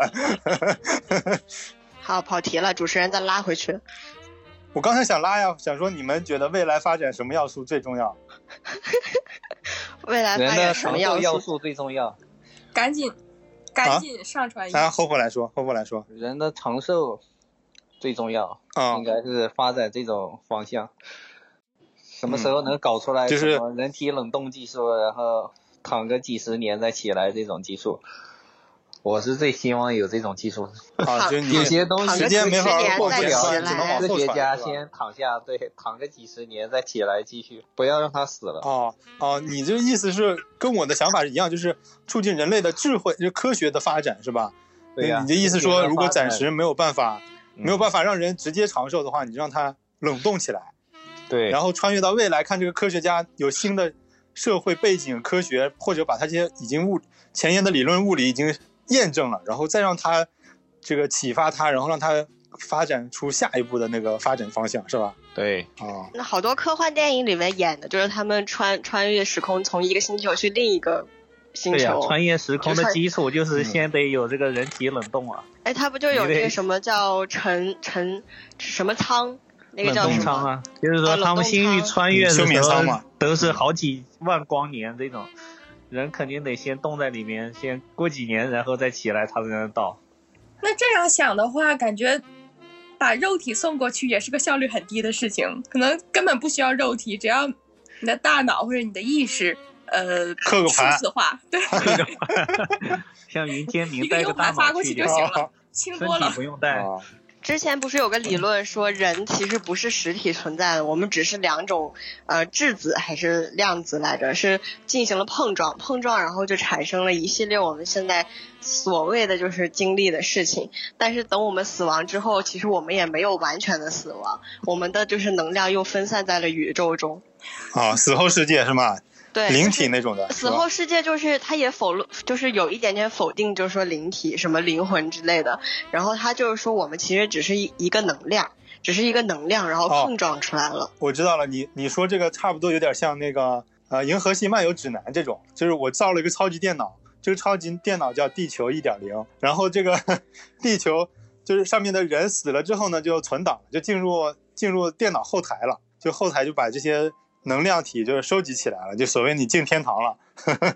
好，跑题了，主持人再拉回去。 我刚才想拉呀，想说你们觉得未来发展什么要素最重要？ 未来发展什么要素？ 要素最重要？ 赶紧赶紧上传一下。 啊，后后来说，后后来说。 人的长寿最重要， 啊， 应该是发展这种方向。什么时候能搞出来？ 就是人体冷冻技术，然后。躺个几十年再起来这种技术，我是最希望有这种技术。 啊，就有些东西时间没法过不了，只能往后科学家先躺下，对，躺个几十年再起来继续，不要让他死了。 哦哦，你这意思是跟我的想法是一样，就是促进人类的智慧，就是科学的发展，是吧？ 对呀、啊。 你的意思说，如果暂时没有办法，没有办法让人直接长寿的话，你让他冷冻起来， 对， 然后穿越到未来，看这个科学家有新的。社会背景、科学，或者把他这些已经物前沿的理论物理已经验证了，然后再让他这个启发他，然后让他发展出下一步的那个发展方向，是吧？ 对， 啊， 那好多科幻电影里面演的就是他们穿穿越时空，从一个星球去另一个星球。 对呀、啊，穿越时空的基础就是先得有这个人体冷冻啊。 哎、嗯，他不就有那个什么叫沉沉什么舱？那个叫冷冻舱啊，就是说他们星域穿越的时候都是好几万光年这种，人肯定得先冻在里面，先过几年然后再起来，他才能到。 那这样想的话，感觉把肉体送过去也是个效率很低的事情，可能根本不需要肉体，只要你的大脑或者你的意识，呃， 刻个盘， 数字化，对， 像云天明一个 U 盘发过去就行了，轻多了， 身体不用带。 啊之前不是有个理论说人其实不是实体存在的，我们只是两种呃质子还是量子来着，是进行了碰撞，碰撞然后就产生了一系列我们现在所谓的就是经历的事情。但是等我们死亡之后，其实我们也没有完全的死亡，我们的就是能量又分散在了宇宙中。 啊，死后世界是吗？ 对， 灵体那种的。 死后世界就是他也否就是有一点点否定，就是说灵体什么灵魂之类的。然后他就是说我们其实只是一个能量，只是一个能量，然后碰撞出来了。 哦、我知道了，你你说这个差不多有点像那个呃《银河系漫游指南》这种，就是我造了一个超级电脑，这个超级电脑叫地球 一点零， 然后这个地球就是上面的人死了之后呢，就存档，就进入进入电脑后台了，就后台就把这些能量体就是收集起来了，就所谓你进天堂了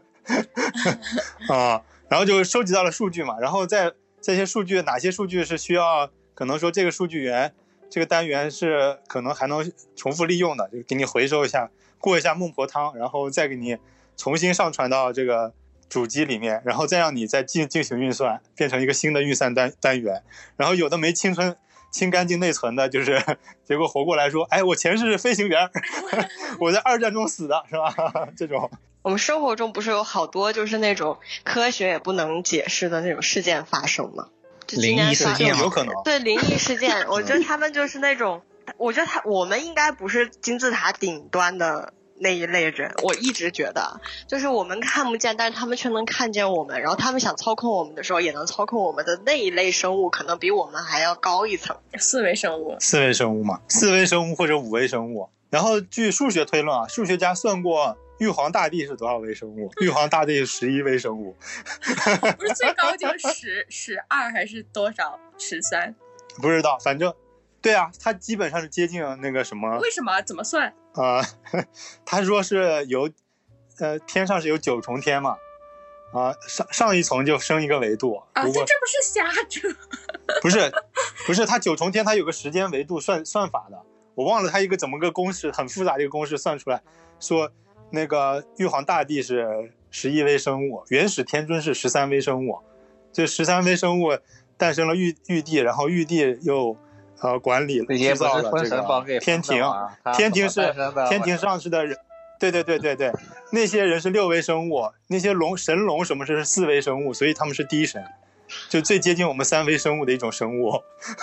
啊，然后就收集到了数据嘛，然后在这些数据哪些数据是需要可能说这个数据源这个单元是可能还能重复利用的，就给你回收一下，过一下孟婆汤，然后再给你重新上传到这个主机里面，然后再让你再进进行运算，变成一个新的运算单单元，然后有的没清存清干净内存的，就是结果活过来说，哎，我前世是飞行员，我在二战中死的，是吧？这种我们生活中不是有好多就是那种科学也不能解释的那种事件发生吗？ 灵异事件有可能， 对灵异事件，我觉得他们就是那种，我觉得他我们应该不是金字塔顶端的那一类人，我一直觉得，就是我们看不见，但是他们却能看见我们，然后他们想操控我们的时候，也能操控我们的那一类生物，可能比我们还要高一层。 四维生物， 四维生物嘛，四维生物或者五维生物。然后据数学推论啊，数学家算过玉皇大帝是多少微生物？玉皇大帝是十一微生物。 不是最高就十十二还是多少？十三？ 不知道，反正对啊，他基本上是接近那个什么？ 为什么？怎么算？ 啊、呃，他说是有，呃，天上是有九重天嘛，啊、呃，上上一层就升一个维度啊，这这不是瞎扯？ 不是，不是，它九重天它有个时间维度算算法的。我忘了它一个怎么个公式，很复杂的一个公式算出来，说那个玉皇大帝是十一微生物，元始天尊是十三微生物，这十三微生物诞生了玉玉帝，然后玉帝又呃管理制造了这个天庭，天庭是天庭上去的人，对对对对对，那些人是六微生物，那些龙神龙什么是四微生物，所以他们是低神。就最接近我们三维生物的一种生物，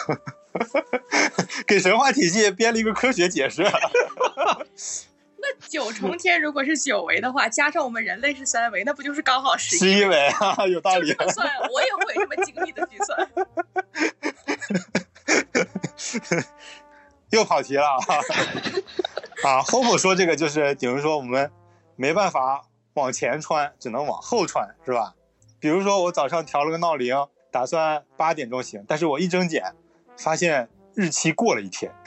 给神话体系编了一个科学解释。 那九重天如果是九维的话，加上我们人类是三维，那不就是刚好十十一维啊？有道理。 就这么算，我也会这么精密的计算。 又跑题了啊！啊 ，Homo 说这个就是等于说我们没办法往前穿，只能往后穿，是吧？比如说我早上调了个闹铃，打算八点钟醒，但是我一睁眼发现日期过了一天，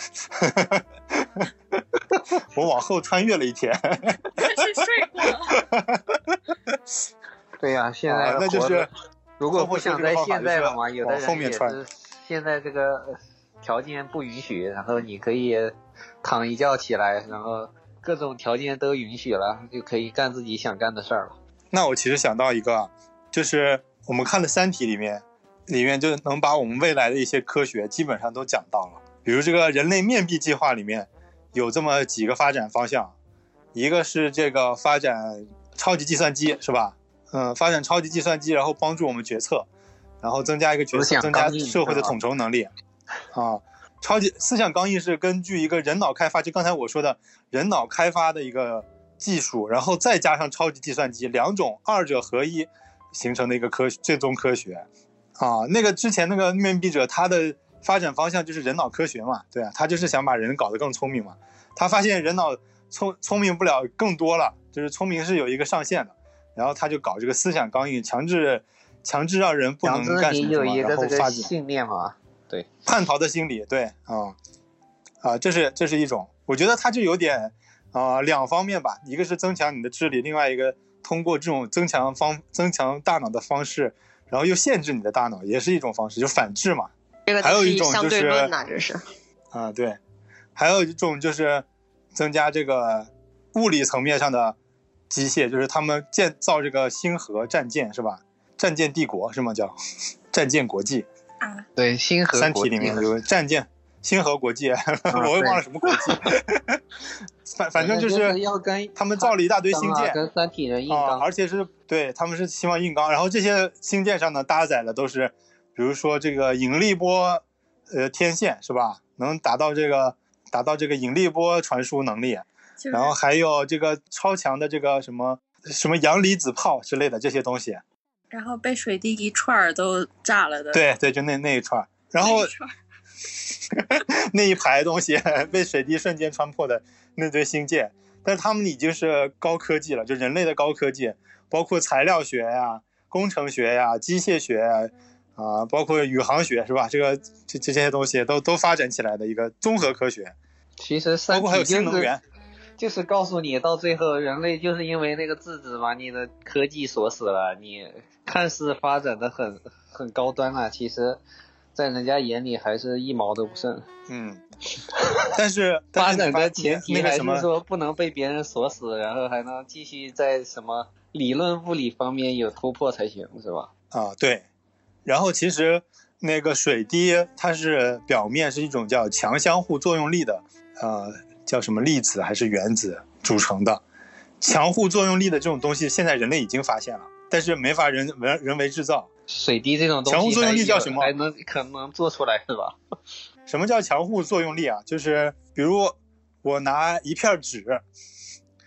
我往后穿越了一天。 是睡过了。 对呀、啊，现在、 啊、那就是如果不想在现在了嘛，有的人也是现在这个条件不允许，然后你可以躺一觉起来，然后各种条件都允许了，就可以干自己想干的事儿了。 那我其实想到一个。就是我们看的《三体》里面，里面就能把我们未来的一些科学基本上都讲到了。比如这个人类面壁计划里面有这么几个发展方向，一个是这个发展超级计算机，是吧？嗯，发展超级计算机，然后帮助我们决策，然后增加一个决策，增加社会的统筹能力。啊，超级思想钢印是根据一个人脑开发，就刚才我说的人脑开发的一个技术，然后再加上超级计算机，两种二者合一。形成的一个科最终科学啊，那个之前那个面壁者他的发展方向就是人脑科学嘛，对啊，他就是想把人搞得更聪明嘛。他发现人脑聪聪明不了更多了，就是聪明是有一个上限的，然后他就搞这个思想钢印，强制强制让人不能干什么什么，然后发展信念嘛，对， 叛逃的心理，对啊啊，这是这是一种，我觉得他就有点啊、呃、两方面吧，一个是增强你的智力，另外一个。通过这种增强方增强大脑的方式，然后又限制你的大脑，也是一种方式，就反制嘛。 这个还有一种相就是对论呐，这是啊，对，还有一种就是增加这个物理层面上的机械，就是他们建造这个星河战舰，是吧？战舰帝国是吗？叫战舰国际啊？ 对，星河三体里面有战舰。星河国际，我也忘了什么国际，反反正就是要跟他们造了一大堆星舰， 跟三体人硬刚、 啊，而且是对他们是希望硬刚，然后这些星舰上呢搭载的都是，比如说这个引力波，呃天线是吧？能达到这个达到这个引力波传输能力， 就是、 然后还有这个超强的这个什么什么阳离子炮之类的这些东西， 然后被水滴一串都炸了的， 对对，就那那一串，然后。那一排东西被水滴瞬间穿破的那堆星舰，但是他们已经是高科技了，就人类的高科技，包括材料学呀、工程学呀、机械学呀，啊，包括宇航学是吧？这个这这些东西都都发展起来的一个综合科学。 其实包括还有新能源， 就是告诉你，到最后人类就是因为那个质子把你的科技锁死了。你看似发展的很很高端啊，其实。在人家眼里还是一毛都不剩。 嗯，但是发展的前提还是说不能被别人锁死，然后还能继续在什么理论物理方面有突破才行，是吧？ 啊，对。然后其实那个水滴它是表面是一种叫强相互作用力的，呃，叫什么粒子还是原子组成的。强互作用力的这种东西，现在人类已经发现了，但是没法人人人为制造。 水滴这种东西， 强互作用力叫什么？ 还能可能做出来是吧？ 什么叫强互作用力啊？就是比如我拿一片纸，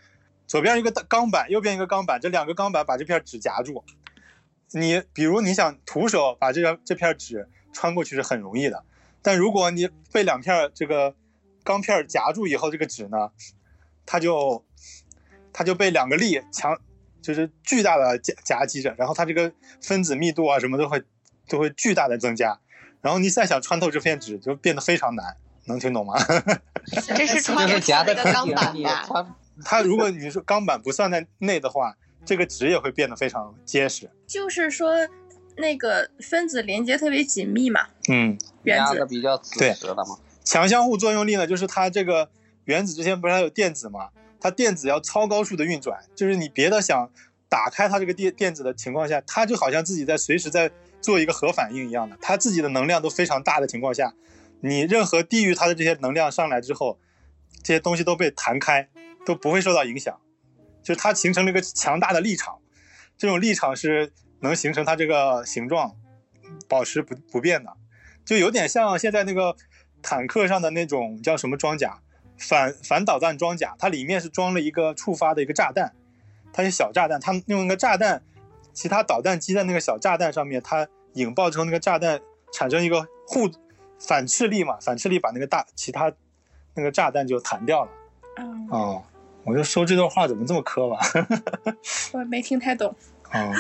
左边一个钢板，右边一个钢板，这两个钢板把这片纸夹住。你比如你想徒手把这个这片纸穿过去是很容易的，但如果你被两片这个钢片夹住以后，这个纸呢，它就它就被两个力强，就是巨大的夹夹击着，然后它这个分子密度啊什么都会都会巨大的增加，然后你再想穿透这片纸就变得非常难，能听懂吗？ 这是穿不出那个钢板吧？ 它如果你说钢板不算在内的话，这个纸也会变得非常结实。 就是说那个分子连接特别紧密嘛， 嗯， 原子比较直实了嘛。 强相互作用力呢，就是它这个原子之间不是还有电子吗？它电子要超高速的运转，就是你别的想打开它这个电电子的情况下，它就好像自己在随时在做一个核反应一样的，它自己的能量都非常大的情况下，你任何低于它的这些能量上来之后，这些东西都被弹开，都不会受到影响，就是它形成了一个强大的力场，这种力场是能形成它这个形状保持不不变的，就有点像现在那个坦克上的那种叫什么装甲，反反导弹装甲，它里面是装了一个触发的一个炸弹，它是小炸弹，它用一个炸弹，其他导弹击在那个小炸弹上面，它引爆之后那个炸弹产生一个互反斥力嘛，反斥力把那个大其他那个炸弹就弹掉了。 嗯， 哦，我就说这段话怎么这么磕巴？ 我没听太懂。 哦，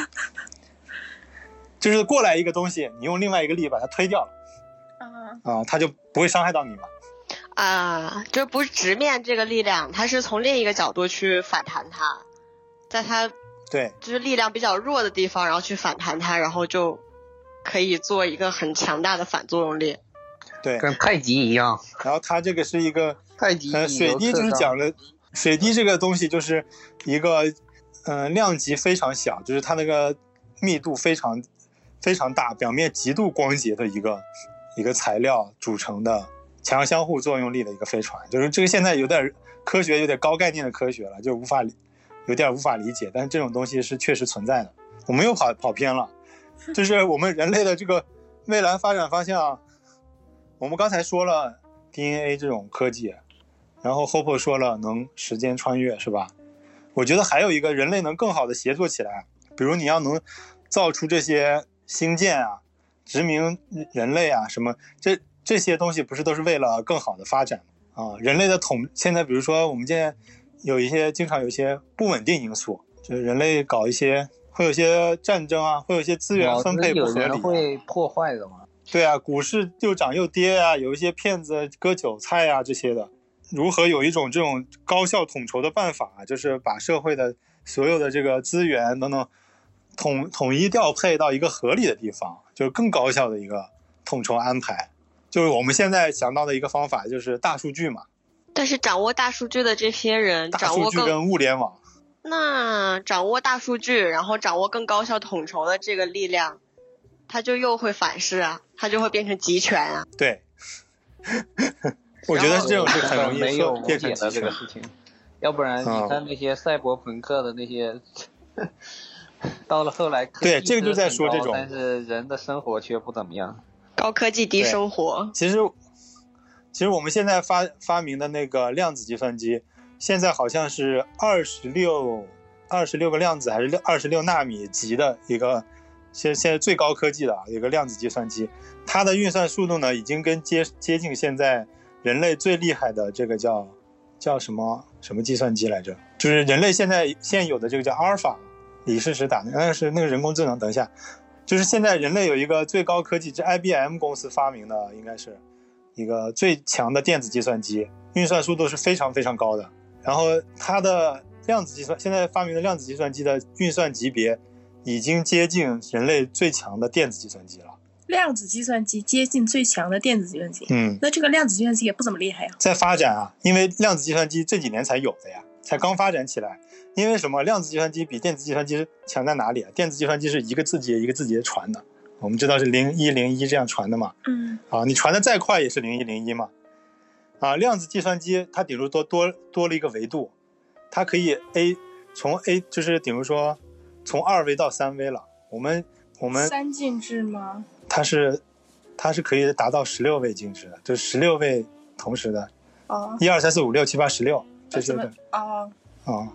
就是过来一个东西，你用另外一个力把它推掉了。啊、呃，它就不会伤害到你嘛。 啊，这不是直面这个力量，它是从另一个角度去反弹它，在它对就是力量比较弱的地方，然后去反弹它，然后就可以做一个很强大的反作用力。 对， 跟太极一样。 然后它这个是一个太极， 呃，水滴就是讲了，水滴这个东西就是一个嗯、呃、量级非常小，就是它那个密度非常非常大，表面极度光洁的一个一个材料组成的强相互作用力的一个飞船，就是这个现在有点科学，有点高概念的科学了，就无法有点无法理解，但是这种东西是确实存在的。我们又跑跑偏了，就是我们人类的这个未来发展方向，我们刚才说了 D N A 这种科技，然后 Hopper 说了能时间穿越，是吧？我觉得还有一个人类能更好的协作起来，比如你要能造出这些星舰啊，殖民人类啊，什么这这些东西不是都是为了更好的发展啊？人类的统现在比如说我们现在有一些经常有一些不稳定因素，就是人类搞一些会有一些战争啊，会有一些资源分配不合理、啊， 有人会破坏的嘛？ 对啊，股市又涨又跌啊，有一些骗子割韭菜啊这些的。如何有一种这种高效统筹的办法，就是把社会的所有的这个资源等等统统一调配到一个合理的地方，就是更高效的一个统筹安排。就是我们现在想到的一个方法就是大数据嘛。 但是掌握大数据的这些人， 大数据跟物联网， 那掌握大数据，然后掌握更高效统筹的这个力量，它就又会反噬啊，它就会变成集权啊。 对。我觉得这种是很容易没有变成的这个事情，要不然你看那些赛博朋克的那些，嗯、到了后来科技对这个就在说这种， 但是人的生活却不怎么样， 高科技低生活。 其实，其实我们现在发发明的那个量子计算机，现在好像是二十六二十六个量子还是二十六纳米级的一个。现现在最高科技的一个量子计算机，它的运算速度呢，已经跟接接近现在人类最厉害的这个叫叫什么什么计算机来着？就是人类现在现有的这个叫阿尔法，李世石打的，那是那个人工智能。等一下，就是现在人类有一个最高科技，这 I B M 公司发明的，应该是一个最强的电子计算机，运算速度是非常非常高的。然后它的量子计算，现在发明的量子计算机的运算级别。已经接近人类最强的电子计算机了。 量子计算机接近最强的电子计算机， 嗯， 那这个量子计算机也不怎么厉害呀。 在发展啊，因为量子计算机这几年才有的呀，才刚发展起来。因为什么？量子计算机比电子计算机强在哪里啊？电子计算机是一个字节一个字节传的，我们知道是零一零一这样传的嘛。 嗯， 啊，你传的再快也是零一零一嘛。啊，量子计算机它顶多多多多了一个维度，它可以 A 从 A 就是顶如说。从二维到三维了，我们我们三进制吗？ 它是它是可以达到十六位进制的，就十六位同时的。 哦， 一二三四五六七八十六这些的。 哦。 哦，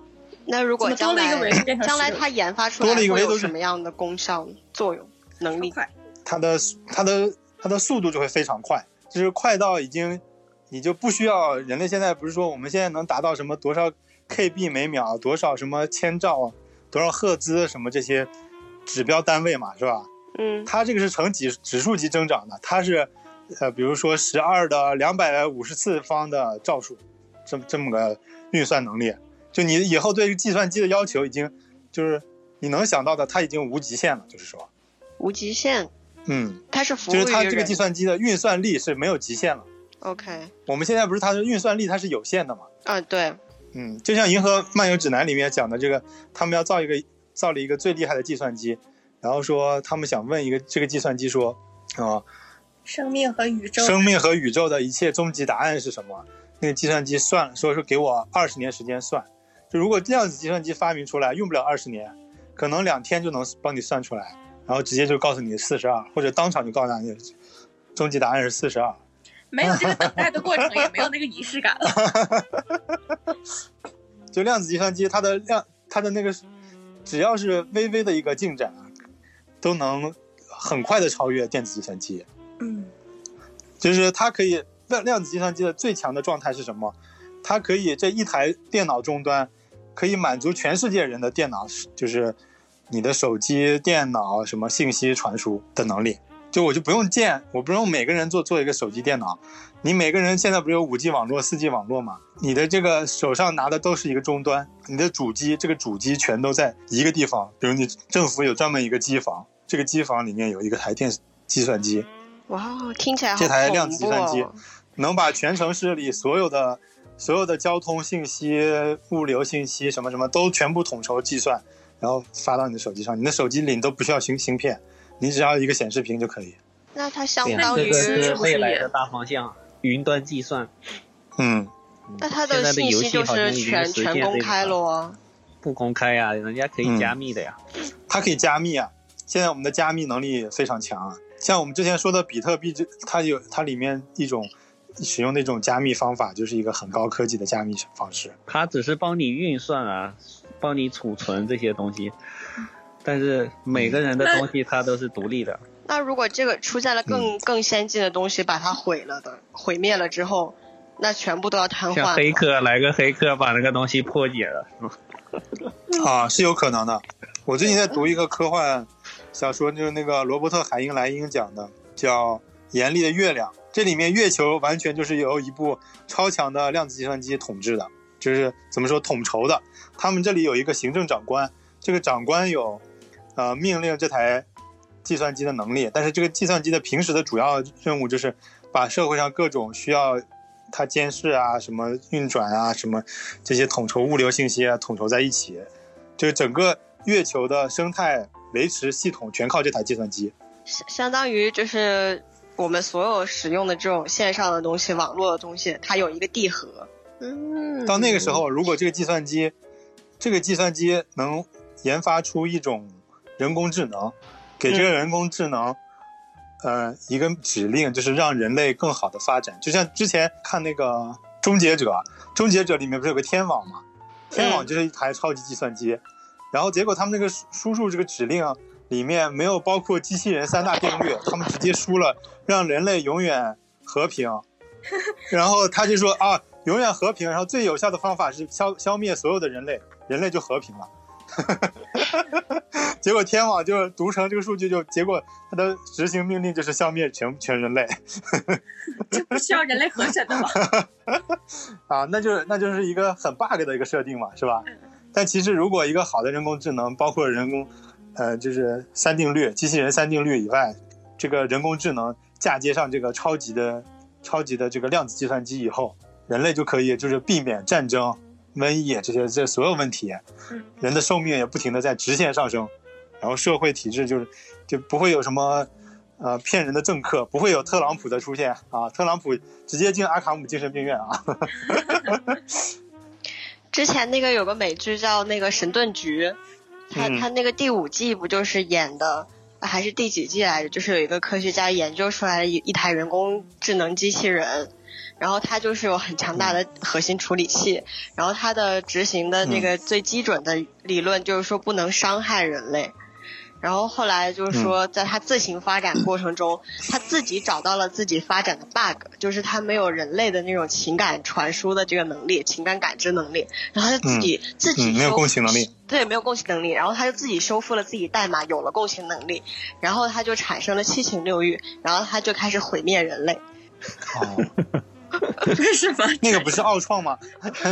那如果将来将来它研发出来会有什么样的功效、作用、能力？ 它的它的它的速度就会非常快，就是快到已经你就不需要人类现在不是说我们现在能达到什么多少 K B 每秒，多少什么千兆，多少赫兹什么这些指标单位嘛，是吧？ 嗯， 它这个是呈指指数级增长的，它是呃比如说十二的两百五十次方的兆数，这这么个运算能力。就你以后对计算机的要求已经就是你能想到的它已经无极限了，就是说无极限。 嗯， 它是服务于就是它这个计算机的运算力是没有极限了。 OK， 我们现在不是它的运算力它是有限的嘛？ 啊，对， 嗯，就像《银河漫游指南》里面讲的这个，他们要造一个造了一个最厉害的计算机，然后说他们想问一个这个计算机说啊、呃， 生命和宇宙， 生命和宇宙的一切终极答案是什么？那个计算机算说是给我二十年时间算。就如果量子计算机发明出来，用不了二十年，可能两天就能帮你算出来，然后直接就告诉你四十二，或者当场就告诉你终极答案是四十二。 没有这个等待的过程，也没有那个仪式感了。 就量子计算机，它的量，它的那个，只要是微微的一个进展，都能很快的超越电子计算机。 嗯， 就是它可以，量子计算机的最强的状态是什么？它可以这一台电脑终端可以满足全世界人的电脑，就是你的手机、电脑什么信息传输的能力。就我就不用建，我不用每个人做做一个手机电脑，你每个人现在不是有 五 G 网络、四 G 网络吗？你的这个手上拿的都是一个终端，你的主机这个主机全都在一个地方，比如你政府有专门一个机房，这个机房里面有一个台电计算机。 哇，听起来好这台量子计算机能把全城市里所有的所有的交通信息、物流信息什么什么都全部统筹计算，然后发到你的手机上，你的手机里都不需要芯芯片，你只要一个显示屏就可以。 那它相当于是未来的大方向，云端计算。 嗯， 那它的信息就是全全公开了啊？ 不公开呀、啊，人家可以加密的呀。 嗯、它可以加密啊，现在我们的加密能力非常强啊。像我们之前说的比特币，它有它里面一种使用那种加密方法，就是一个很高科技的加密方式。 它只是帮你运算啊，帮你储存这些东西，但是每个人的东西它都是独立的。 那如果这个出现了更、 嗯、 更先进的东西，把它毁了的，毁灭了之后，那全部都要瘫痪。 像黑客来个黑客把那个东西破解了， 啊，是有可能的。我最近在读一个科幻小说，就是那个罗伯特·海因莱因讲的，叫《严厉的月亮》。这里面月球完全就是由一部超强的量子计算机统治的，就是怎么说统筹的。他们这里有一个行政长官，这个长官有呃命令这台计算机的能力，但是这个计算机的平时的主要任务就是把社会上各种需要它监视啊、什么运转啊、什么这些统筹物流信息啊统筹在一起，就是整个月球的生态维持系统全靠这台计算机。 相当于就是我们所有使用的这种线上的东西、网络的东西，它有一个地核。嗯， 到那个时候，如果这个计算机，这个计算机能研发出一种人工智能，给这个人工智能，嗯、呃，一个指令，就是让人类更好的发展。就像之前看那个《终结者》，《终结者》里面不是有个天网吗？天网就是一台超级计算机，嗯、然后结果他们那个输入这个指令里面没有包括机器人三大定律，他们直接输了让人类永远和平，然后他就说啊，永远和平，然后最有效的方法是消消灭所有的人类，人类就和平了。结果天网就读成这个数据，就结果它的执行命令就是消灭全全人类。 这不需要人类核审的吗？ 啊，那就是那就是一个很 bug 的一个设定嘛，是吧？但其实如果一个好的人工智能，包括人工，呃，就是三定律、机器人三定律以外，这个人工智能嫁接上这个超级的、超级的这个量子计算机以后，人类就可以就是避免战争、瘟疫这些这所有问题，人的寿命也不停的在直线上升，然后社会体制就是就不会有什么呃骗人的政客，不会有特朗普的出现啊，特朗普直接进阿卡姆精神病院啊。 之前那个有个美剧叫那个神盾局，他、嗯、他那个第五季不就是演的，还是第几季来着？就是有一个科学家研究出来一台人工智能机器人， 然后它就是有很强大的核心处理器，然后它的执行的那个最基准的理论就是说不能伤害人类。然后后来就是说，在他自行发展过程中，他自己找到了自己发展的 bug， 就是他没有人类的那种情感传输的这个能力，情感感知能力，然后他就自己、嗯、自己、 嗯、没有共情能力， 对，没有共情能力，然后他就自己修复了自己代码，有了共情能力，然后他就产生了七情六欲，然后他就开始毁灭人类。 哦。 为什么？ 那个不是奥创吗？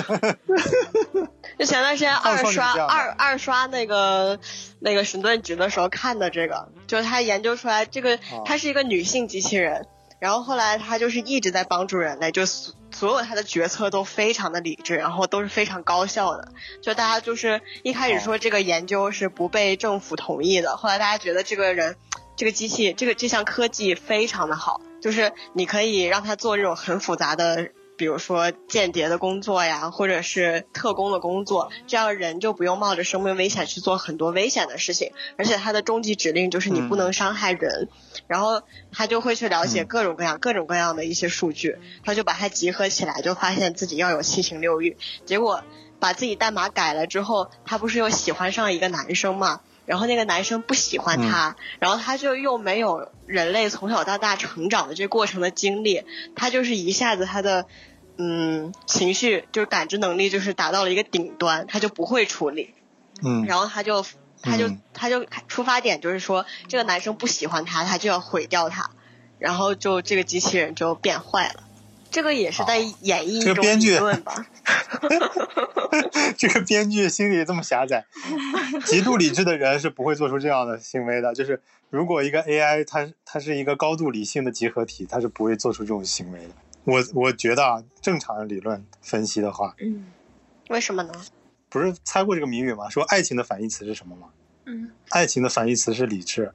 就前段时间二刷二二刷那个那个神盾局的时候看的这个，就是他研究出来这个，他是一个女性机器人，然后后来他就是一直在帮助人类，就所所有他的决策都非常的理智，然后都是非常高效的。就大家就是一开始说这个研究是不被政府同意的，后来大家觉得这个人这个机器这个这项科技非常的好。就是你可以让他做这种很复杂的，比如说间谍的工作呀，或者是特工的工作，这样人就不用冒着生命危险去做很多危险的事情。而且他的终极指令就是你不能伤害人、嗯、然后他就会去了解各种各样、嗯、各种各样的一些数据，他就把它集合起来，就发现自己要有七情六欲。结果把自己代码改了之后，他不是又喜欢上一个男生吗？然后那个男生不喜欢他、嗯、然后他就又没有人类从小到大成长的这过程的经历，他就是一下子他的嗯情绪就是感知能力就是达到了一个顶端，他就不会处理。嗯，然后他就他就、嗯、他就出发点就是说这个男生不喜欢他，他就要毁掉他，然后就这个机器人就变坏了。这个也是在演绎一种理论吧。 这个编剧心里这么狭窄，极度理智的人是不会做出这样的行为的。就是如果一个 A I 它它是一个高度理性的集合体，它是不会做出这种行为的。我我觉得啊，正常的理论分析的话， 嗯，为什么呢？ 不是猜过这个谜语吗？说爱情的反义词是什么吗？ 嗯， 爱情的反义词是理智。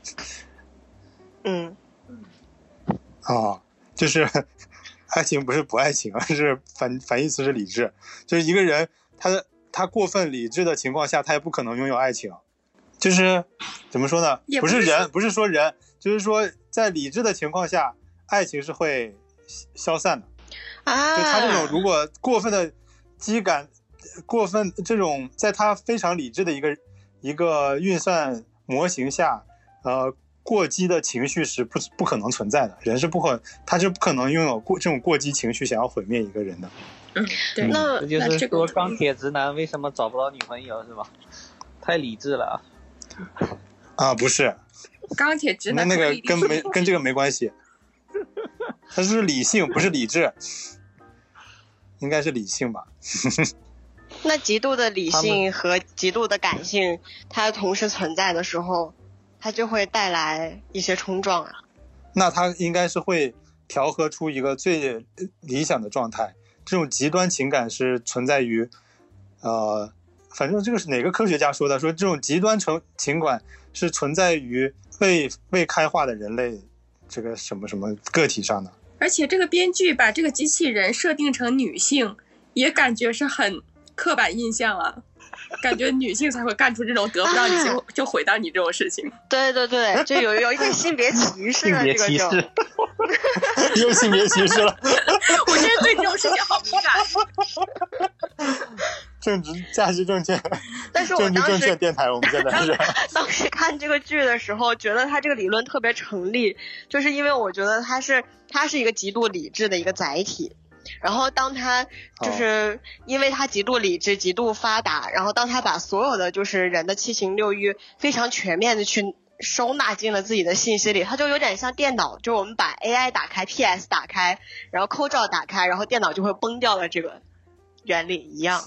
嗯， 啊，就是爱情不是不爱情，而是反反义词是理智。就是一个人他他过分理智的情况下，他也不可能拥有爱情。就是怎么说呢？不是人，不是说人，就是说在理智的情况下，爱情是会消散的。 啊， 就他这种如果过分的激感，过分这种在他非常理智的一个一个运算模型下，呃。过激的情绪是不不可能存在的，人是不可，他是不可能拥有过这种过激情绪，想要毁灭一个人的。 嗯，对，那这就是说钢铁直男为什么找不到女朋友是吧？太理智了啊！不是， 钢铁直男那那个跟没跟这个没关系，他是理性，不是理智，应该是理性吧？ 那极度的理性和极度的感性，它同时存在的时候。它就会带来一些冲撞啊， 那它应该是会调和出一个最理想的状态。这种极端情感是存在于，呃，反正这个是哪个科学家说的？说这种极端成情感是存在于未未开化的人类这个什么什么个体上的。 而且这个编剧把这个机器人设定成女性，也感觉是很刻板印象啊。感觉女性才会干出这种得不到你就、啊、就毁到你这种事情。 对对对，就有有一点性别歧视了，这个就又性别歧视了。 我真的对这种事情好敏感。 政治价值正确， 但是我政治正确电台，我们现在是。 当时看这个剧的时候，觉得他这个理论特别成立，就是因为我觉得他是他是一个极度理智的一个载体。然后当他就是因为他极度理智极度发达，然后当他把所有的就是人的七情六欲非常全面的去收纳进了自己的信息里，他就有点像电脑，就我们把 A I 打开 P S 打开，然后扣照打开，然后电脑就会崩掉的这个原理一样。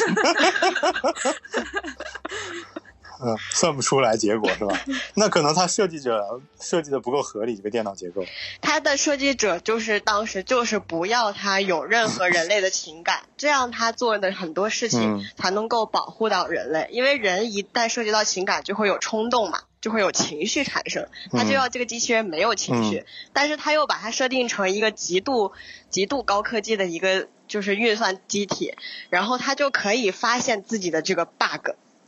嗯，算不出来结果是吧？那可能他设计者设计的不够合理，这个电脑结构。 他的设计者就是当时就是不要他有任何人类的情感，这样他做的很多事情才能够保护到人类。嗯、因为人一旦涉及到情感，就会有冲动嘛，就会有情绪产生。他就要这个机器人没有情绪，嗯、但是他又把它设定成一个极度极度高科技的一个就是运算机体，然后他就可以发现自己的这个 bug。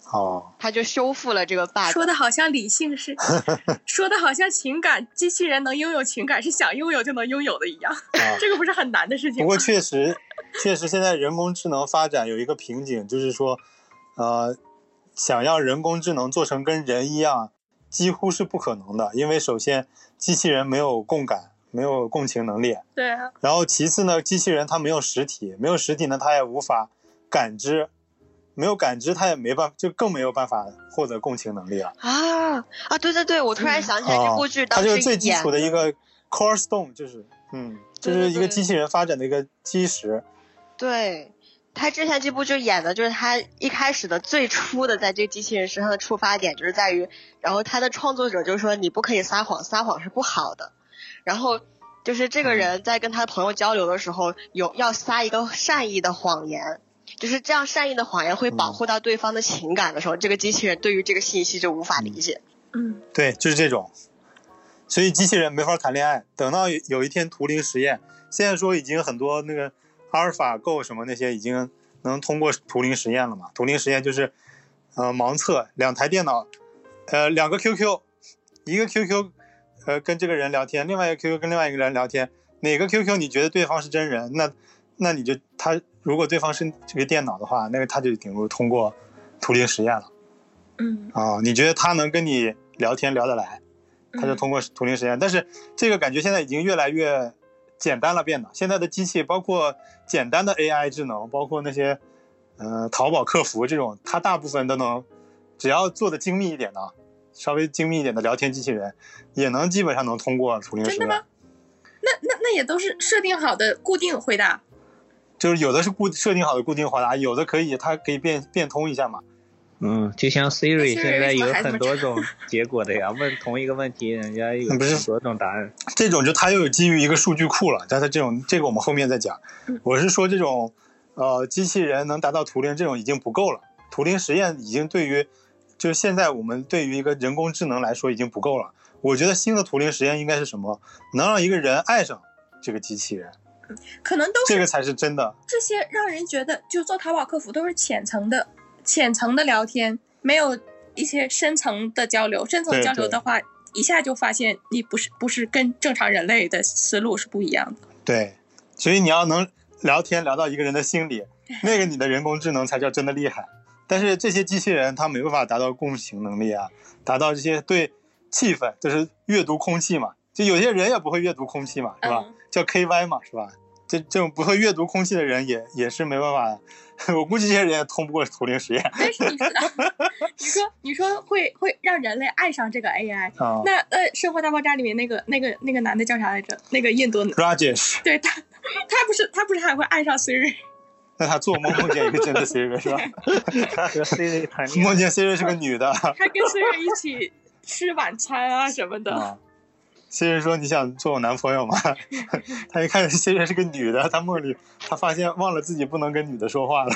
哦， 他就修复了这个 bug。 说的好像理性是，说的好像情感，机器人能拥有情感是想拥有就能拥有的一样，啊、这个不是很难的事情吗？ 不过确实，确实现在人工智能发展有一个瓶颈，就是说，呃，想要人工智能做成跟人一样，几乎是不可能的，因为首先机器人没有共感，没有共情能力， 对啊。 然后其次呢，机器人它没有实体，没有实体呢，它也无法感知。没有感知，他也没办法，就更没有办法获得共情能力了。 啊啊！对对对，我突然想起来这部剧当时演、 嗯哦、它就是最基础的一个 core stone， 就是嗯，就是一个机器人发展的一个基石。 对，他之前这部剧演的就是他一开始的最初的在这个机器人身上的出发点，就是在于，然后他的创作者就说你不可以撒谎，撒谎是不好的。然后就是这个人在跟他朋友交流的时候，有要撒一个善意的谎言。就是这样善意的谎言会保护到对方的情感的时候、嗯、这个机器人对于这个信息就无法理解。 嗯， 对，就是这种。所以机器人没法谈恋爱。等到有一天图灵实验，现在说已经很多那个阿尔法狗什么那些已经能通过图灵实验了嘛。图灵实验就是呃盲测两台电脑，呃两个 Q Q， 一个 Q Q 呃跟这个人聊天，另外一个 Q Q 跟另外一个人聊天，哪个 Q Q 你觉得对方是真人，那那你就他如果对方是这个电脑的话，那个他就顶多通过图灵实验了。 嗯啊，你觉得他能跟你聊天聊得来，他就通过图灵实验、嗯、但是这个感觉现在已经越来越简单了变得。现在的机器包括简单的 A I 智能，包括那些呃淘宝客服这种，它大部分都能，只要做的精密一点的稍微精密一点的聊天机器人，也能基本上能通过图灵实验。 真的吗？那那那也都是设定好的固定回答。 就是有的是固设定好的固定回答，有的可以它可以变变通一下嘛。 嗯，就像 Siri 现在有很多种结果的呀，问同一个问题，人家有很多种答案。 这种就它又有基于一个数据库了，但是这种这个我们后面再讲。我是说这种呃机器人能达到图灵这种已经不够了，图灵实验已经对于就是现在我们对于一个人工智能来说已经不够了。我觉得新的图灵实验应该是什么？能让一个人爱上这个机器人。 可能都是这个才是真的。 这些让人觉得，就做淘宝客服都是浅层的、浅层的聊天，没有一些深层的交流。深层交流的话，一下就发现你不是不是跟正常人类的思路是不一样的。 对，所以你要能聊天聊到一个人的心里，那个你的人工智能才叫真的厉害。但是这些机器人它没办法达到共情能力啊，达到这些对气氛，就是阅读空气嘛。就有些人也不会阅读空气嘛，是吧？嗯、叫 K Y 嘛，是吧？这这种不会阅读空气的人也也是没办法的。我估计这些人也通不过图灵实验。 但是你说，你说你说会会让人类爱上这个 A I，、哦、那呃，《生活大爆炸》里面那个那个那个男的叫啥来着？那个印度 Rajesh， 对他，他不是他不是还会爱上 Siri？ 那他做梦梦见一个真的 Siri 是吧？ 他和 Siri 谈恋爱， 梦见 Siri 是个女的， 他跟 Siri 一起吃晚餐啊什么的。哦 Siri 说你想做我男朋友吗？他一看 Siri 是个女的，他梦里他发现忘了自己不能跟女的说话了。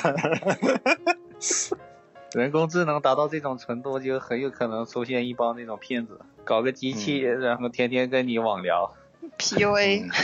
人工智能达到这种程度，就很有可能出现一帮那种骗子，搞个机器、嗯、然后天天跟你网聊 P U A、嗯、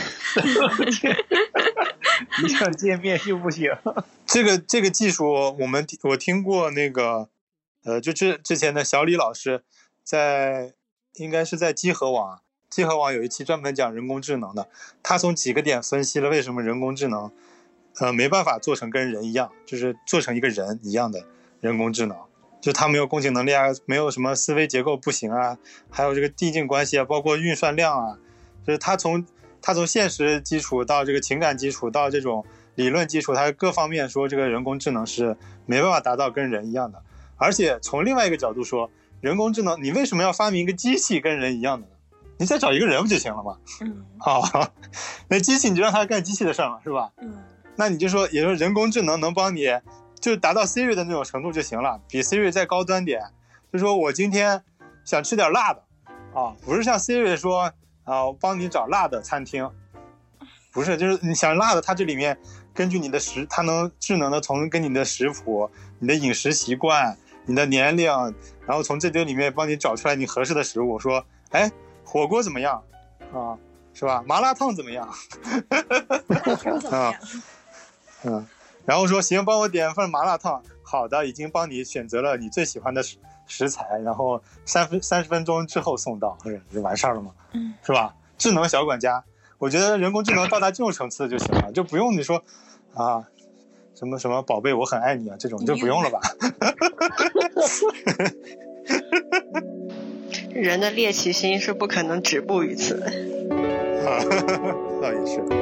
你想见面就不行。 这个这个技术我们我听过那个呃就之之前的小李老师在应该是在集合网集合网有一期专门讲人工智能的，他从几个点分析了为什么人工智能呃没办法做成跟人一样，就是做成一个人一样的人工智能，就它没有共情能力啊，没有什么思维结构不行啊，还有这个递进关系啊，包括运算量啊，就是它从它从现实基础到这个情感基础到这种理论基础，它各方面说这个人工智能是没办法达到跟人一样的。而且从另外一个角度说，人工智能你为什么要发明一个机器跟人一样的呢？你再找一个人不就行了吗？ 嗯， 好、哦，那机器你就让它干机器的事儿嘛，是吧？ 嗯， 那你就说，也就是人工智能能帮你，就达到 Siri 的那种程度就行了，比 Siri 再高端点。就说我今天想吃点辣的，啊，不是像 Siri 说啊，我帮你找辣的餐厅，不是，就是你想辣的，它这里面根据你的食，它能智能的从跟你的食谱、你的饮食习惯、你的年龄，然后从这堆里面帮你找出来你合适的食物，说，哎。火锅怎么样啊？是吧？麻辣烫怎么样？ 怎么样？ 嗯， 然后说行，帮我点份麻辣烫。好的，已经帮你选择了你最喜欢的食材，然后三分三十分钟之后送到，就完事儿了嘛， 嗯， 是吧？智能小管家，我觉得人工智能到达这种层次就行了，就不用你说啊什么什么宝贝我很爱你啊这种就不用了吧。 人的猎奇心是不可能止步于此的。 倒也是。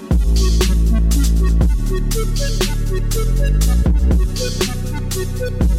Thank you.